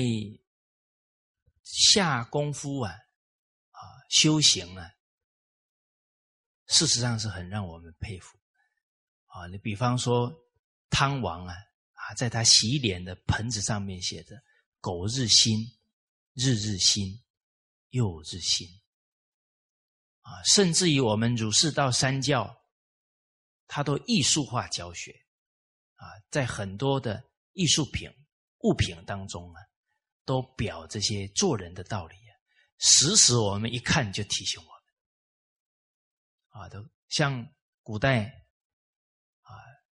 [SPEAKER 1] 下功夫啊，啊，修行啊，事实上是很让我们佩服啊。你比方说汤王啊，啊，在他洗脸的盆子上面写着“苟日新，日日新，又日新”啊，甚至于我们儒释道三教，他都艺术化教学啊，在很多的艺术品物品当中啊，都表这些做人的道理啊，时时我们一看就提醒我们啊，都像古代啊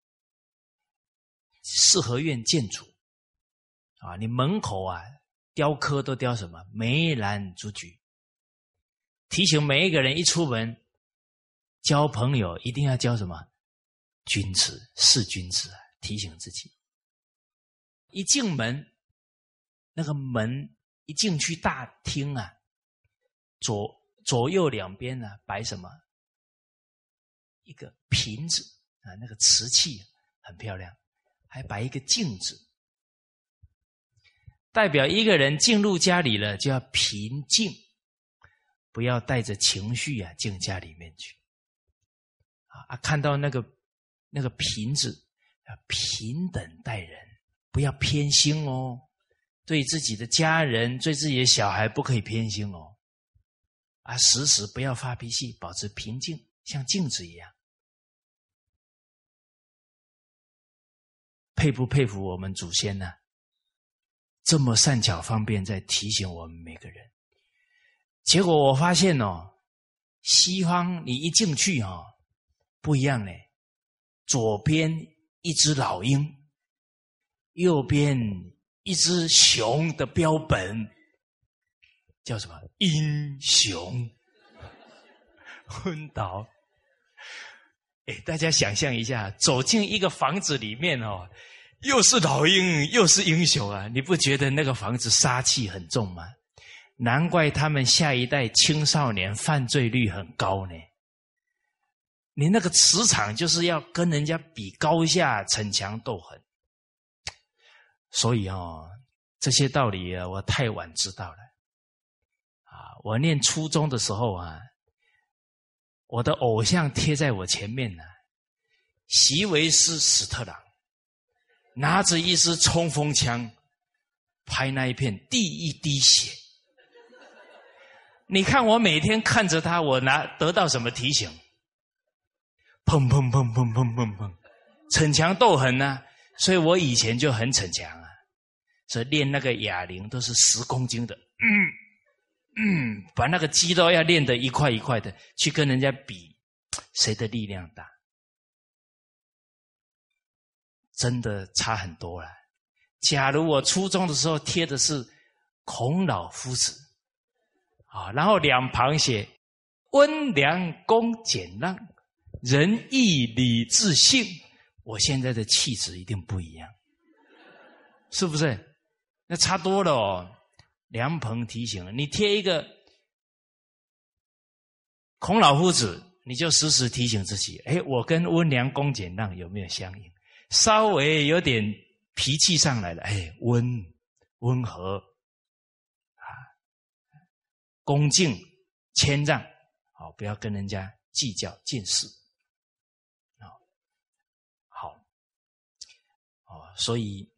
[SPEAKER 1] 四合院建筑啊，你门口啊雕刻都雕什么梅兰竹菊，提醒每一个人一出门交朋友一定要交什么君子，是君子啊，提醒自己。一进门，那个门一进去大厅啊，左左右两边啊摆什么？一个瓶子啊，那个瓷器很漂亮，还摆一个镜子，代表一个人进入家里了就要平静，不要带着情绪啊进家里面去啊！看到那个那个瓶子，要平等待人。不要偏心哦，对自己的家人，对自己的小孩不可以偏心哦。啊，时时不要发脾气，保持平静，像镜子一样。佩不佩服我们祖先呢？这么善巧方便在提醒我们每个人。结果我发现哦，西方你一进去哦，不一样嘞。左边一只老鹰，右边一只熊的标本，叫什么？英雄。昏倒。哎，大家想象一下，走进一个房子里面哦，又是老鹰，又是英雄啊！你不觉得那个房子杀气很重吗？难怪他们下一代青少年犯罪率很高呢。你那个磁场就是要跟人家比高下，逞强斗狠。所以哦，这些道理啊，我太晚知道了。啊，我念初中的时候啊，我的偶像贴在我前面呢、啊，席维斯·史特朗拿着一支冲锋枪，拍那一片第一滴血。你看我每天看着他，我拿得到什么提醒？砰砰砰砰砰砰砰，逞强斗狠啊！所以我以前就很逞强啊，所以练那个哑铃都是十公斤的，嗯嗯，把那个肌肉要练得一块一块的，去跟人家比谁的力量大，真的差很多了。假如我初中的时候贴的是孔老夫子啊，然后两旁写温良恭俭让，仁义礼智信， 我现在的气质一定不一样，是不是？那差多了哦。梁鹏提醒你，贴一个孔老夫子，你就时时提醒自己，哎，我跟温良恭俭让有没有相应？稍微有点脾气上来了，哎，温温和啊，恭敬谦让，好，不要跟人家计较近事。好，哦，所以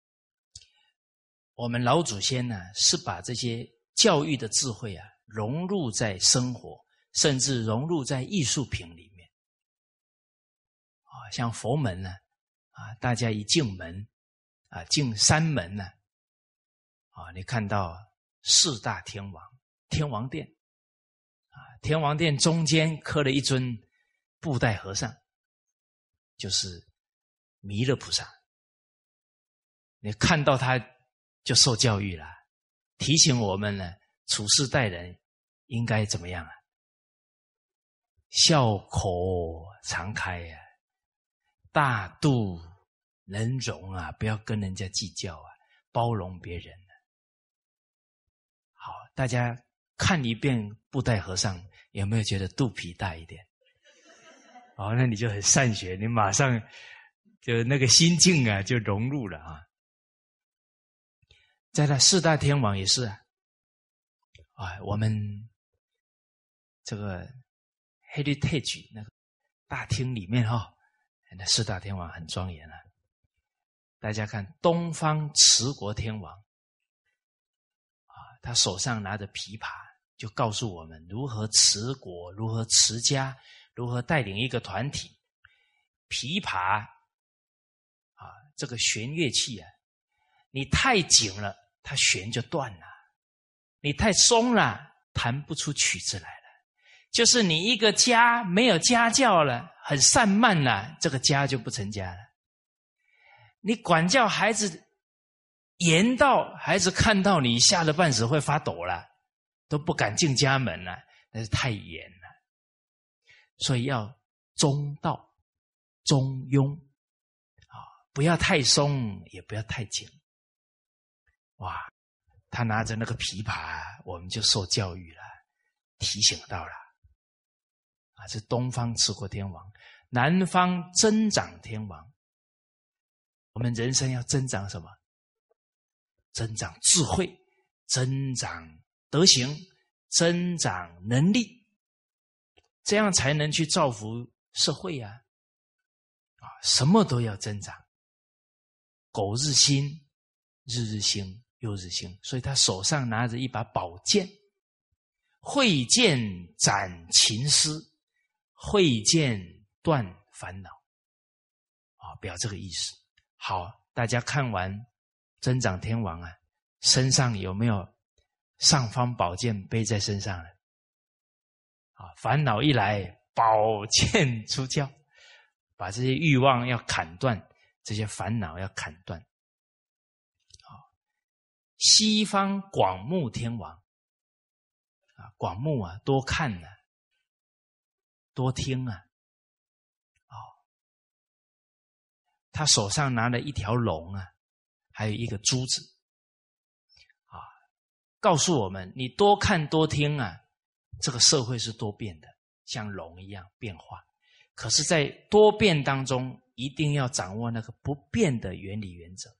[SPEAKER 1] 我们老祖先呢，是把这些教育的智慧啊，融入在生活，甚至融入在艺术品里面。啊，像佛门呢，啊，大家一进门，啊，进山门呢，啊，你看到四大天王，天王殿，啊，天王殿中间刻了一尊布袋和尚，就是弥勒菩萨。你看到他就受教育了，提醒我们呢，处事待人应该怎么样啊？笑口常开啊，大度能容啊，不要跟人家计较啊，包容别人啊。好，大家看一遍布袋和尚，有没有觉得肚皮大一点？哦，那你就很善学，你马上就那个心境啊，就融入了啊。在那四大天王也是啊，啊，我们这个 heritage 那个大厅里面哈、哦，那四大天王很庄严啊。大家看东方持国天王啊，他手上拿着琵琶，就告诉我们如何持国，如何持家，如何带领一个团体。琵琶啊，这个弦乐器啊，你太紧了，它弦就断了；你太松了，弹不出曲子来了。就是你一个家没有家教了，很散漫了，这个家就不成家了。你管教孩子严到孩子看到你吓得半死会发抖了，都不敢进家门了，那是太严了。所以要中道中庸啊，不要太松，也不要太紧。哇，他拿着那个琵琶，我们就受教育了，提醒到了啊，是东方持国天王，南方增长天王。我们人生要增长什么？增长智慧，增长德行，增长能力，这样才能去造福社会啊！啊，什么都要增长。苟日新，日日新，又日新。所以他手上拿着一把宝剑，慧剑斩情丝，慧剑断烦恼。啊，表这个意思。好，大家看完增长天王啊，身上有没有尚方宝剑背在身上了？啊，烦恼一来，宝剑出鞘，把这些欲望要砍断，这些烦恼要砍断。好，西方广目天王啊，广目啊，多看啊，多听啊。他手上拿了一条龙啊，还有一个珠子啊，告诉我们你多看多听啊，这个社会是多变的，像龙一样变化。可是在多变当中，一定要掌握那个不变的原理原则，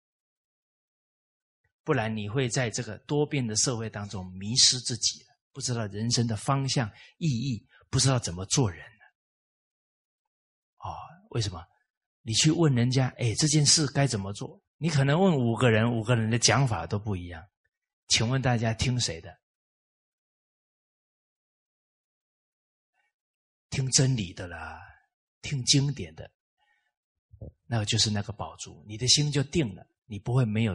[SPEAKER 1] 不然你会在这个多变的社会当中迷失自己了，不知道人生的方向意义，不知道怎么做人了。哦，为什么？你去问人家，哎，这件事该怎么做？你可能问五个人，五个人的讲法都不一样。请问大家听谁的？听真理的啦，听经典的，那个就是那个宝珠，你的心就定了，你不会没有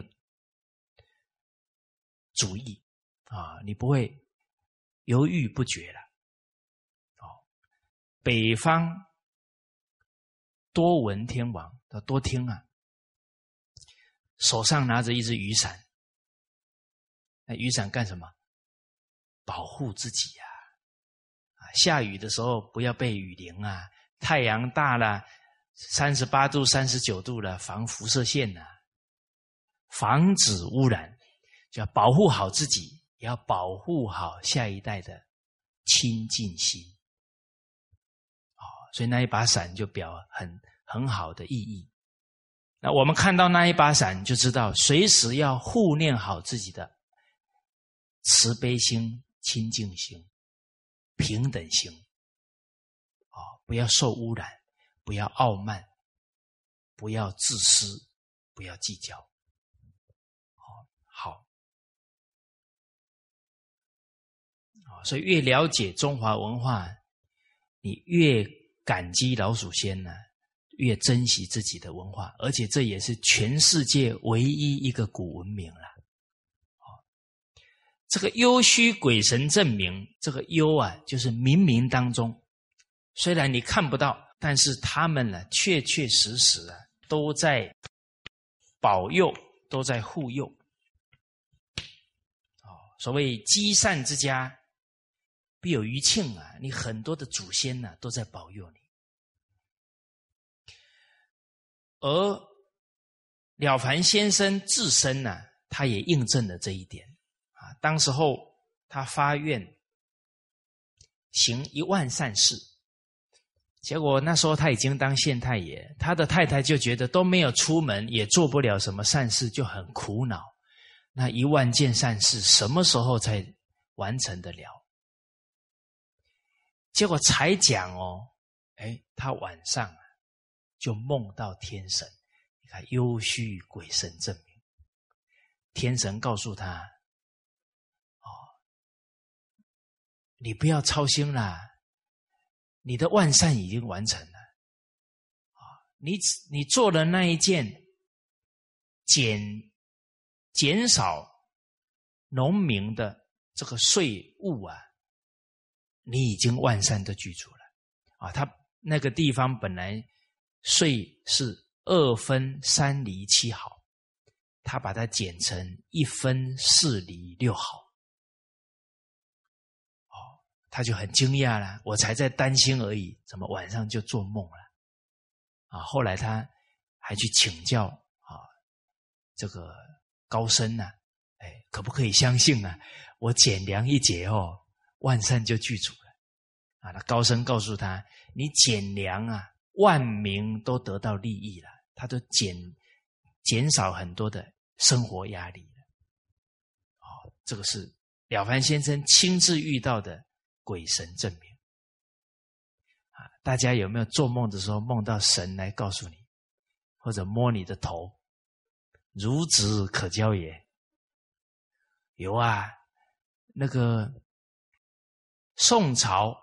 [SPEAKER 1] 主意啊，你不会犹豫不决了。哦，北方多闻天王要多听啊，手上拿着一只雨伞，那雨伞干什么？保护自己啊！啊，下雨的时候不要被雨淋啊，太阳大了， 三十八度、三十九度了，防辐射线了，防止污染，就要保护好自己，也要保护好下一代的清净心。哦，所以那一把伞就表很很好的意义。那我们看到那一把伞，就知道随时要护念好自己的慈悲心、清净心、平等心。哦，不要受污染，不要傲慢，不要自私，不要计较。哦，好。哦，所以越了解中华文化，你越感激老祖先呢，越珍惜自己的文化，而且这也是全世界唯一一个古文明了。哦，这个幽虚鬼神正明，这个幽啊，就是冥冥当中，虽然你看不到，但是他们呢，确确实实啊，都在保佑，都在护佑。哦，所谓积善之家，必有余庆啊！你很多的祖先呢、啊，都在保佑你。而了凡先生自身呢、啊，他也印证了这一点啊。当时候他发愿行一万善事，结果那时候他已经当县太爷，他的太太就觉得都没有出门，也做不了什么善事，就很苦恼。那一万件善事什么时候才完成得了？结果才讲哦，哎，他晚上啊就梦到天神，你看幽虚鬼神证明，天神告诉他，哦，你不要操心啦，你的万善已经完成了，啊，你你做了那一件减减少农民的这个税务啊，你已经万善的具足了啊！他那个地方本来税是二分三厘七毫，他把它减成一分四厘六毫。哦，他就很惊讶了，我才在担心而已，怎么晚上就做梦了？啊！后来他还去请教啊，这个高僧呢、啊，哎，可不可以相信呢、啊？我减粮一节哦，万善就具足了。啊，那高僧告诉他，你减粮啊，万民都得到利益了，他都减减少很多的生活压力了。哦，这个是了凡先生亲自遇到的鬼神证明。啊，大家有没有做梦的时候梦到神来告诉你，或者摸你的头，孺子可教也？有啊，那个宋朝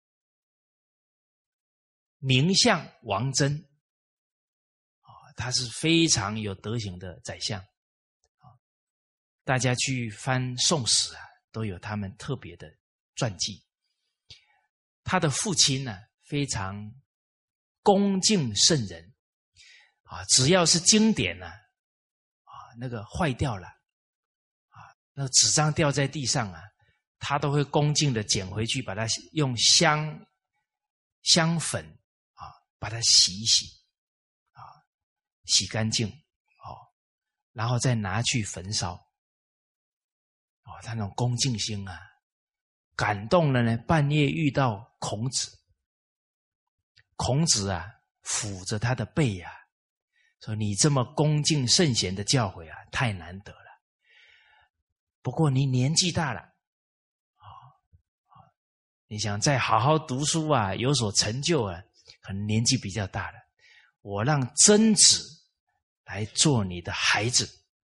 [SPEAKER 1] 名相王真，他是非常有德行的宰相，大家去翻宋史啊，都有他们特别的传记。他的父亲呢，非常恭敬圣人啊，只要是经典呢，啊，那个坏掉了啊，那个纸张掉在地上啊，他都会恭敬的捡回去，把它用香香粉啊，把它洗一洗啊，洗干净哦，然后再拿去焚烧哦，他那种恭敬心啊，感动了呢。半夜遇到孔子，孔子啊抚着他的背啊，说你这么恭敬圣贤的教诲啊，太难得了。不过你年纪大了啊，你想再好好读书啊，有所成就啊，可能年纪比较大了。我让曾子来做你的孩子。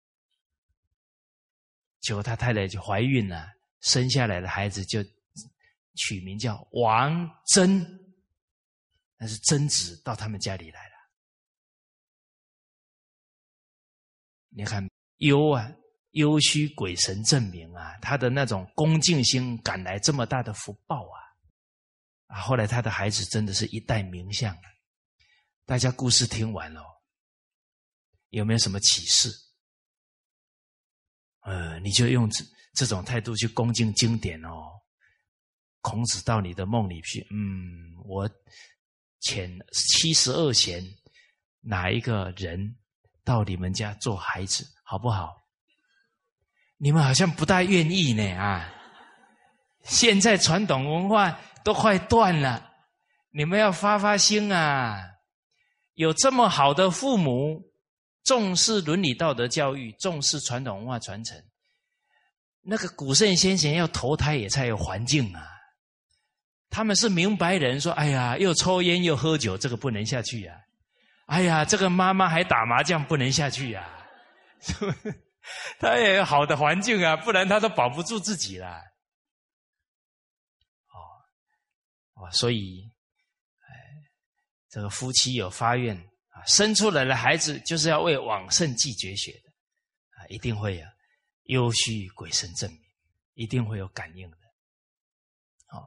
[SPEAKER 1] 结果他太太就怀孕了，生下来的孩子就取名叫王真，那是曾子到他们家里来了。你看幽啊，幽虚鬼神证明啊，他的那种恭敬心赶来这么大的福报啊！啊，后来他的孩子真的是一代名相啊！大家故事听完了，有没有什么启示？呃，你就用这这种态度去恭敬经典哦。孔子到你的梦里去，嗯，我前七十二贤哪一个人到你们家做孩子，好不好？你们好像不大愿意呢啊！现在传统文化都快断了，你们要发发心啊！有这么好的父母，重视伦理道德教育，重视传统文化传承，那个古圣先贤要投胎也才有环境啊！他们是明白人，说：“哎呀，又抽烟又喝酒，这个不能下去呀、啊！哎呀，这个妈妈还打麻将，不能下去呀、啊！”他也有好的环境啊，不然他都保不住自己啦。哦，哦，所以，哎，这个夫妻有发愿啊，生出来的孩子就是要为往圣继绝学的啊，一定会有幽虚鬼神证明，一定会有感应的。好，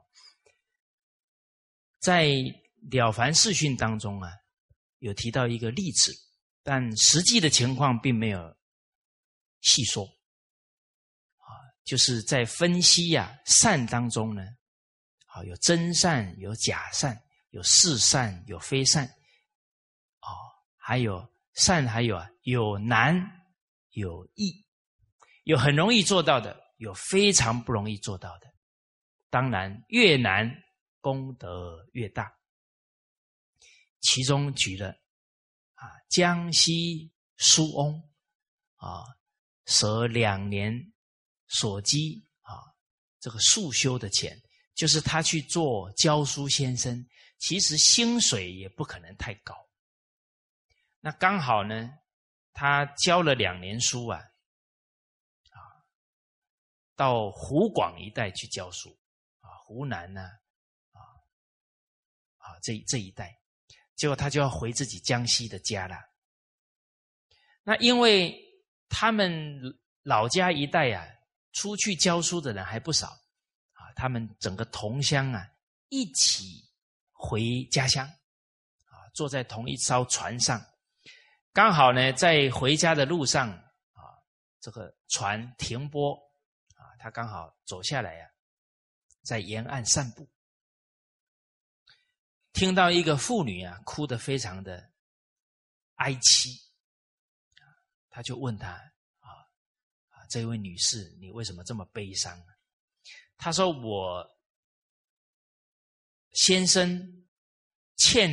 [SPEAKER 1] 在《了凡四训》当中啊，有提到一个例子，但实际的情况并没有细说啊，就是在分析呀、啊、善当中呢，啊有真善，有假善，有是善，有非善，哦，还有善，还有啊有难有易，有很容易做到的，有非常不容易做到的。当然，越难功德越大。其中举了啊江西苏翁啊。舍两年所积啊，这个速修的钱，就是他去做教书先生，其实薪水也不可能太高。那刚好呢，他教了两年书啊，啊，到湖广一带去教书啊，湖南呢、啊，啊，啊这这一带，结果他就要回自己江西的家了。那因为他们老家一带啊，出去教书的人还不少啊，他们整个同乡啊一起回家乡啊，坐在同一艘船上，刚好呢在回家的路上啊，这个船停泊啊，他刚好走下来啊，在沿岸散步，听到一个妇女啊哭得非常的哀戚，他就问他啊啊，这位女士，你为什么这么悲伤呢？他说我先生欠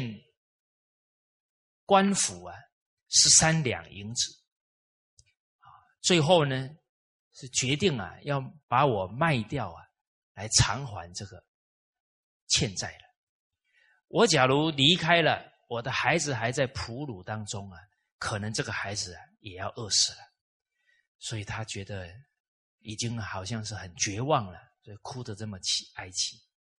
[SPEAKER 1] 官府啊十三两银子啊，最后呢是决定啊要把我卖掉啊来偿还这个欠债了。我假如离开了，我的孩子还在哺乳当中啊，可能这个孩子啊也要饿死了。所以他觉得已经好像是很绝望了，所以哭得这么凄哀戚。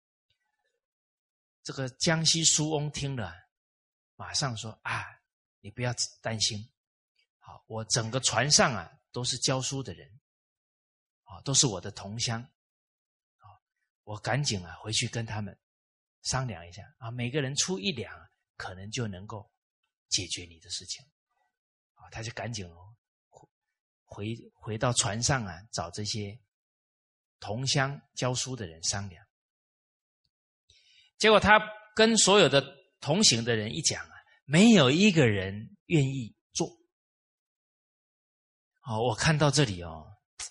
[SPEAKER 1] 这个江西苏翁听了，马上说啊，你不要担心，好，我整个船上啊都是教书的人，啊，都是我的同乡，啊，我赶紧啊回去跟他们商量一下啊，每个人出一两，可能就能够解决你的事情。啊，他就赶紧回回到船上啊，找这些同乡教书的人商量。结果他跟所有的同行的人一讲啊，没有一个人愿意做。哦，我看到这里哦，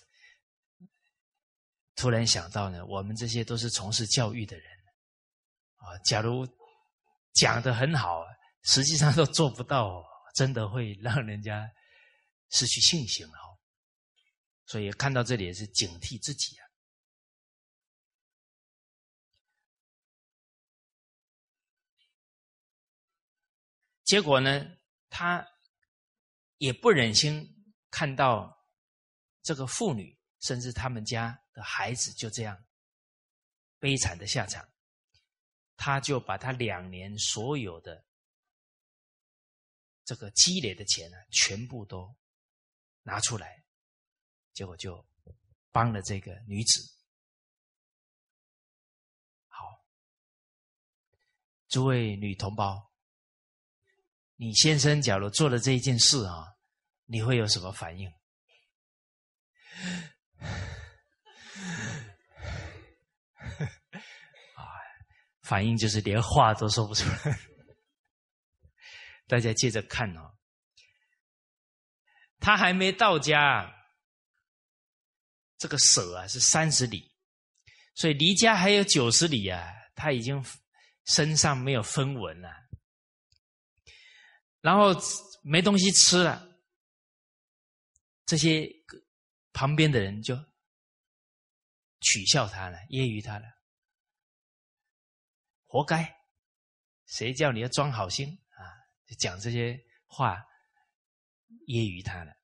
[SPEAKER 1] 突然想到呢，我们这些都是从事教育的人啊，假如讲得很好，实际上都做不到，真的会让人家失去信心了。所以看到这里也是警惕自己啊。结果呢，他也不忍心看到这个妇女，甚至他们家的孩子就这样悲惨的下场，他就把他两年所有的这个积累的钱呢，全部都拿出来，结果就帮了这个女子。好，诸位女同胞，你先生假如做了这一件事啊，你会有什么反应？啊，反应就是连话都说不出来。 大家接着看哦，他还没到家，这个舍啊是三十里，所以离家还有九十里啊，他已经身上没有分文了，然后没东西吃了，这些旁边的人就取笑他了，揶揄他了，活该，谁叫你要装好心啊？就讲这些话揶揄他了。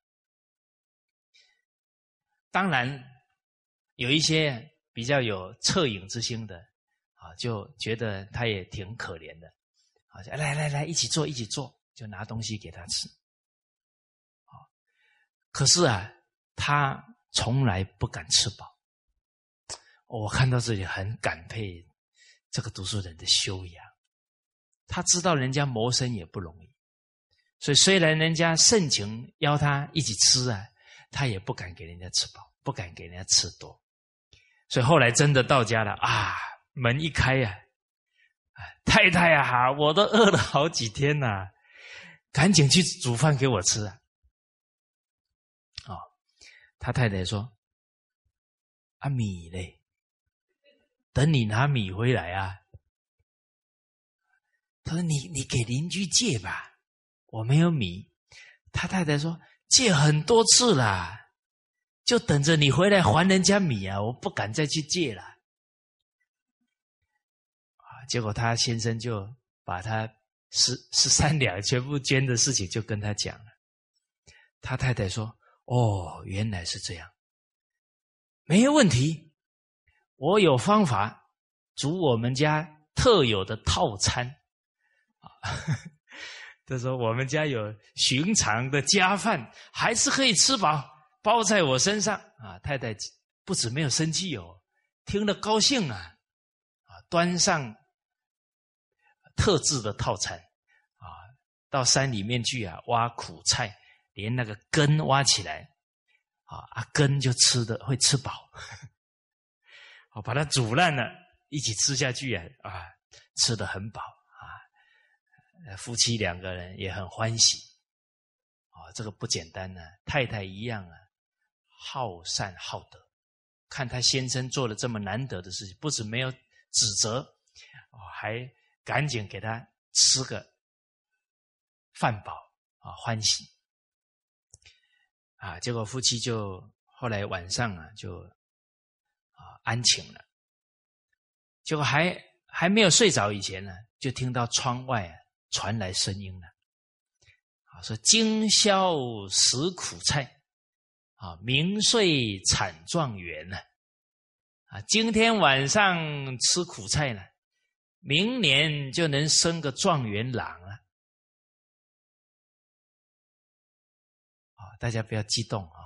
[SPEAKER 1] 当然有一些比较有恻隐之心的啊，就觉得他也挺可怜的啊，来来来，一起做一起做，就拿东西给他吃。啊，可是啊，他从来不敢吃饱。我看到这里很感佩这个读书人的修养，他知道人家谋生也不容易，所以虽然人家盛情邀他一起吃啊，他也不敢给人家吃饱，不敢给人家吃多。所以后来真的到家了啊，门一开呀、啊，太太啊，我都饿了好几天了、啊，赶紧去煮饭给我吃啊！哦，他太太说：“啊米嘞，等你拿米回来啊。”他说：“你你给邻居借吧，我没有米。”他太太说：“借很多次啦。”就等着你回来还人家米啊！我不敢再去借了。啊，结果他先生就把他十十三两全部捐的事情就跟他讲了。他太太说：“哦，原来是这样，没有问题，我有方法煮我们家特有的套餐。”啊，他说我们家有寻常的家饭，还是可以吃饱。包在我身上啊！太太不止没有生气哦，听了高兴啊！啊，端上特制的套餐啊，到山里面去啊，挖苦菜，连那个根挖起来啊，啊根就吃的会吃饱，啊，把它煮烂了，一起吃下去啊，啊，吃得很饱啊，夫妻两个人也很欢喜，啊，这个不简单呢、啊，太太一样啊。好善好德，看他先生做了这么难得的事情，不止没有指责，还赶紧给他吃个饭饱啊，欢喜啊！结果夫妻就后来晚上啊，就啊安寝了。结果还还没有睡着以前呢，就听到窗外啊传来声音了，啊，说今宵食苦菜。啊，明岁产状元呢、啊！啊，今天晚上吃苦菜呢，明年就能生个状元郎了。啊，大家不要激动啊！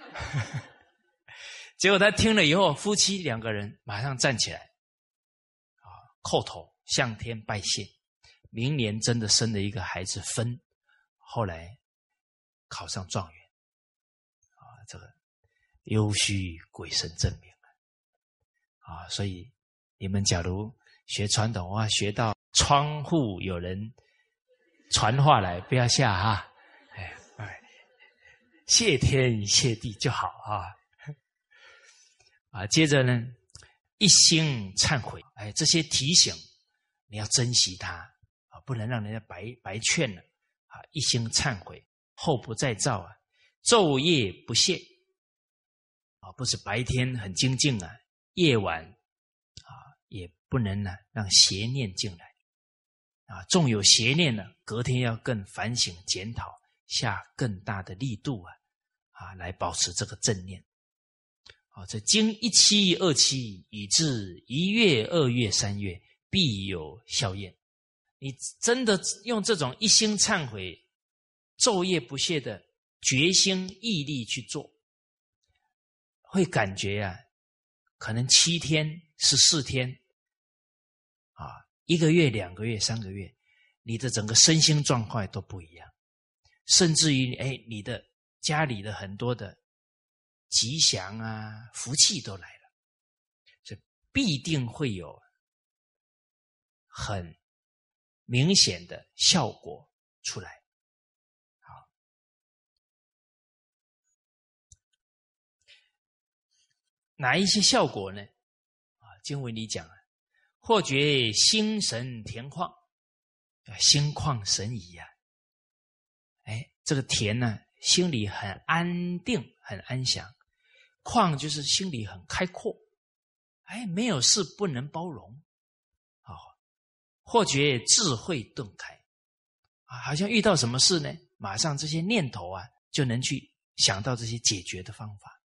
[SPEAKER 1] 结果他听了以后，夫妻两个人马上站起来，啊，叩头向天拜谢。明年真的生了一个孩子芬，后来考上状元。这个幽虚鬼神证明啊！所以你们假如学传统文化，学到窗户有人传话来，不要吓哈，哎哎，谢天谢地就好啊！啊，接着呢，一心忏悔，哎，这些提醒你要珍惜它啊，不能让人家白白劝了啊！一心忏悔，后不再造啊！昼夜不懈啊，不是白天很精进啊，夜晚啊也不能呢让邪念进来啊，纵有邪念呢，隔天要更反省检讨，下更大的力度啊啊来保持这个正念啊。这经一期二期以至一月二月三月必有效验。你真的用这种一心忏悔、昼夜不懈的决心毅力去做，会感觉啊，可能七天、十四天，啊，一个月、两个月、三个月，你的整个身心状况都不一样，甚至于，哎，你的家里的很多的吉祥啊、福气都来了，所以必定会有很明显的效果出来。好，哪一些效果呢？啊，经文里讲啊，或觉心神恬旷，心旷神怡啊。哎，这个恬呢，心里很安定，很安详；旷就是心里很开阔，哎，没有事不能包容。啊，或觉智慧顿开，啊，好像遇到什么事呢，马上这些念头啊，就能去想到这些解决的方法。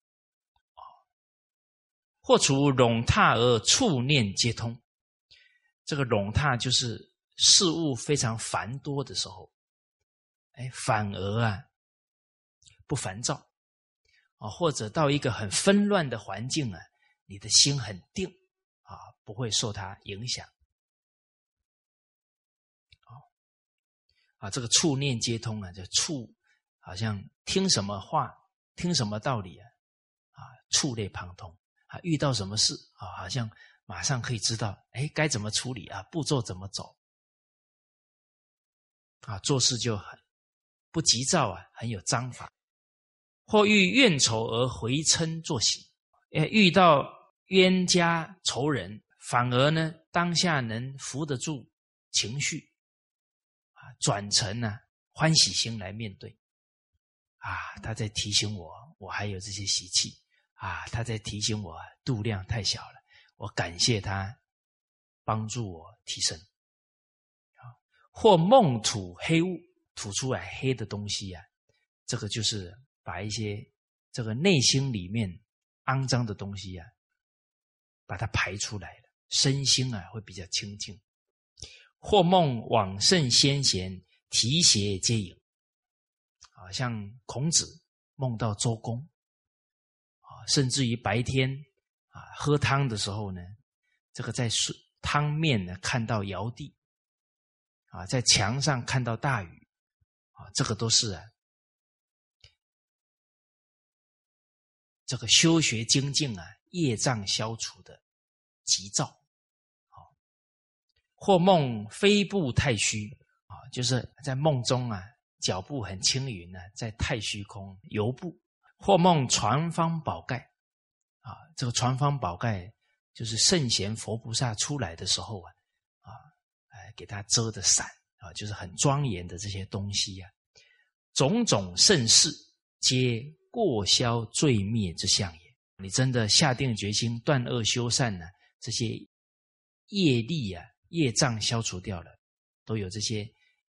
[SPEAKER 1] 或处冗沓而触念皆通，这个冗沓就是事物非常繁多的时候，哎，反而啊不烦躁啊，或者到一个很纷乱的环境啊，你的心很定啊，不会受它影响。啊，这个触念皆通啊，就触好像听什么话，听什么道理啊，啊，触类旁通。啊，遇到什么事啊，好像马上可以知道，哎，该怎么处理啊，步骤怎么走啊，做事就很不急躁啊，很有章法。或遇怨仇而回嗔作喜，哎，遇到冤家仇人，反而呢，当下能扶得住情绪啊，转成呢、啊、欢喜心来面对啊，他在提醒我，我还有这些习气。啊，他在提醒我度量太小了，我感谢他帮助我提升。或梦吐黑雾，吐出来黑的东西啊，这个就是把一些这个内心里面肮脏的东西啊，把它排出来了，身心啊会比较清净。或梦往圣先贤提携接引，啊，像孔子梦到周公。甚至于白天啊喝汤的时候呢，这个在汤面呢看到尧帝啊，在墙上看到大禹啊，这个都是啊这个修学精进啊业障消除的吉兆。啊，或梦飞步太虚啊，就是在梦中啊脚步很轻盈啊，在太虚空游步。或梦传方宝盖啊，这个传方宝盖就是圣贤佛菩萨出来的时候啊，啊，哎，给他遮的伞啊，就是很庄严的这些东西啊，种种盛事皆过消罪灭之相也。你真的下定决心断恶修善呢、啊，这些业力啊、业障消除掉了，都有这些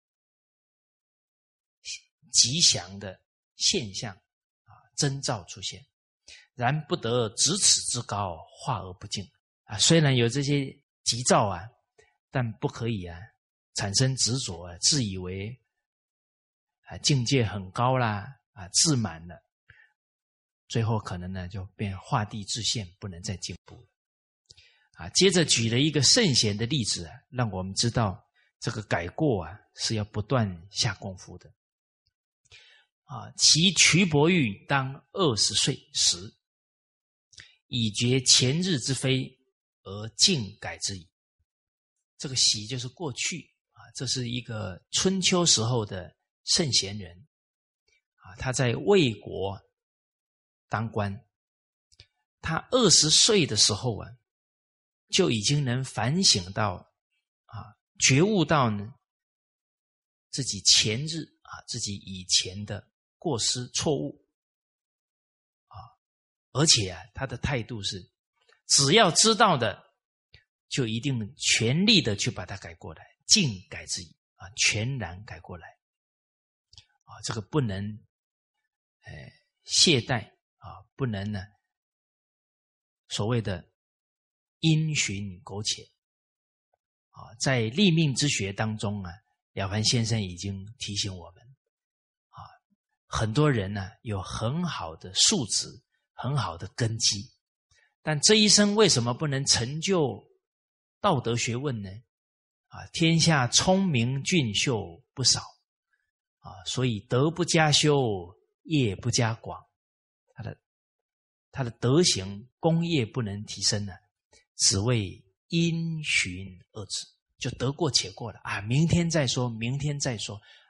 [SPEAKER 1] 吉祥的现象。征兆出现，然不得咫尺之高，化而不净啊！虽然有这些吉兆啊，但不可以啊产生执着啊，自以为啊境界很高啦啊，自满了，最后可能呢就变画地自限，不能再进步了啊！接着举了一个圣贤的例子啊，让我们知道这个改过啊是要不断下功夫的。啊，其瞿伯玉当二十岁时，已觉前日之非而尽改之矣。这个习就是过去啊，这是一个春秋时候的圣贤人啊，他在魏国当官，他二十岁的时候啊，就已经能反省到啊，觉悟到呢自己前日啊，自己以前的过失错误啊，而且啊，他的态度是，只要知道的，就一定全力的去把它改过来，尽改之矣啊，全然改过来啊，这个不能，呃，懈怠啊，不能呢，所谓的因循苟且啊，在立命之学当中啊，了凡先生已经提醒我们。很多人呢、啊、有很好的素质，很好的根基，但这一生为什么不能成就道德学问呢？啊，天下聪明俊秀不少啊，所以德不加修，业不加广，他的他的德行功业不能提升呢、啊，只为因循二字，就得过且过了啊，明天再说，明天再说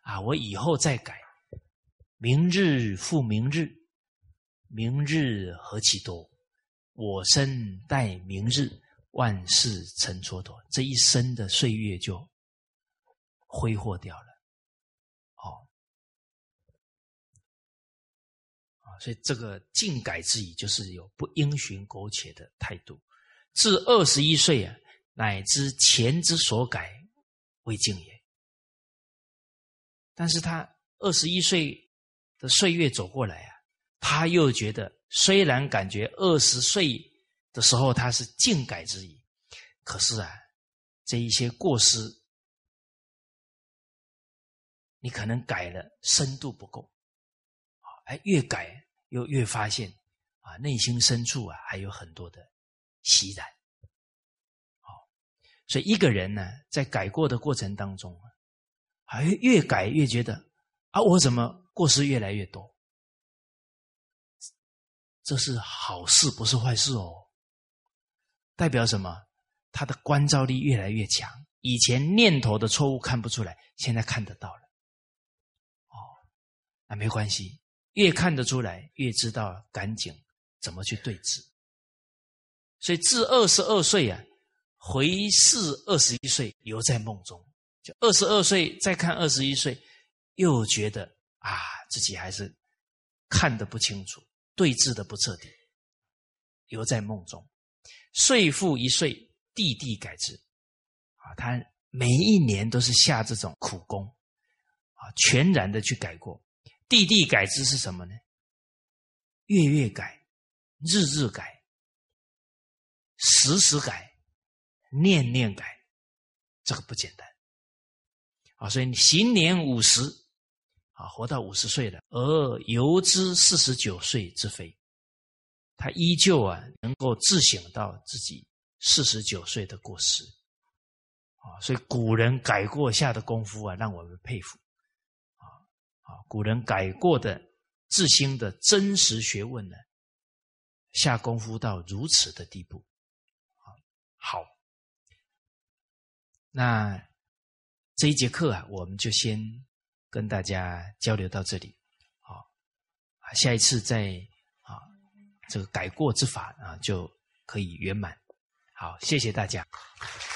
[SPEAKER 1] 啊，我以后再改，明日复明日，明日何其多，我生待明日，万事成蹉跎，这一生的岁月就挥霍掉了。哦，啊，所以这个尽改之意，就是有不因循苟且的态度。至二十一岁啊，乃知前之所改未尽也。但是他二十一岁的岁月走过来啊，他又觉得，虽然感觉二十岁的时候他是尽改之意，可是啊，这一些过失，你可能改了，深度不够，哎，越改又越发现啊，内心深处啊还有很多的习染。所以一个人呢，在改过的过程当中，还越改越觉得啊，我怎么过失越来越多？这是好事，不是坏事哦。代表什么？他的观照力越来越强。以前念头的错误看不出来，现在看得到了。哦，那没关系，越看得出来，越知道赶紧怎么去对治。所以至二十二岁啊，回视二十一岁，犹在梦中。就二十二岁再看二十一岁，又觉得啊，自己还是看得不清楚，对治的不彻底，犹在梦中。岁复一岁，地地改之。啊，他每一年都是下这种苦功，啊，全然的去改过。地地改之是什么呢？月月改，日日改，时时改，念念改，这个不简单。啊，所以你行年五十，啊，活到五十岁了，而犹知四十九岁之非，他依旧啊能够自省到自己四十九岁的过失。啊，所以古人改过下的功夫啊，让我们佩服。啊啊，古人改过的自心的真实学问呢，下功夫到如此的地步。啊，好，那这一节课啊，我们就先跟大家交流到这里。好，下一次再啊这个改过之法啊就可以圆满。好，谢谢大家。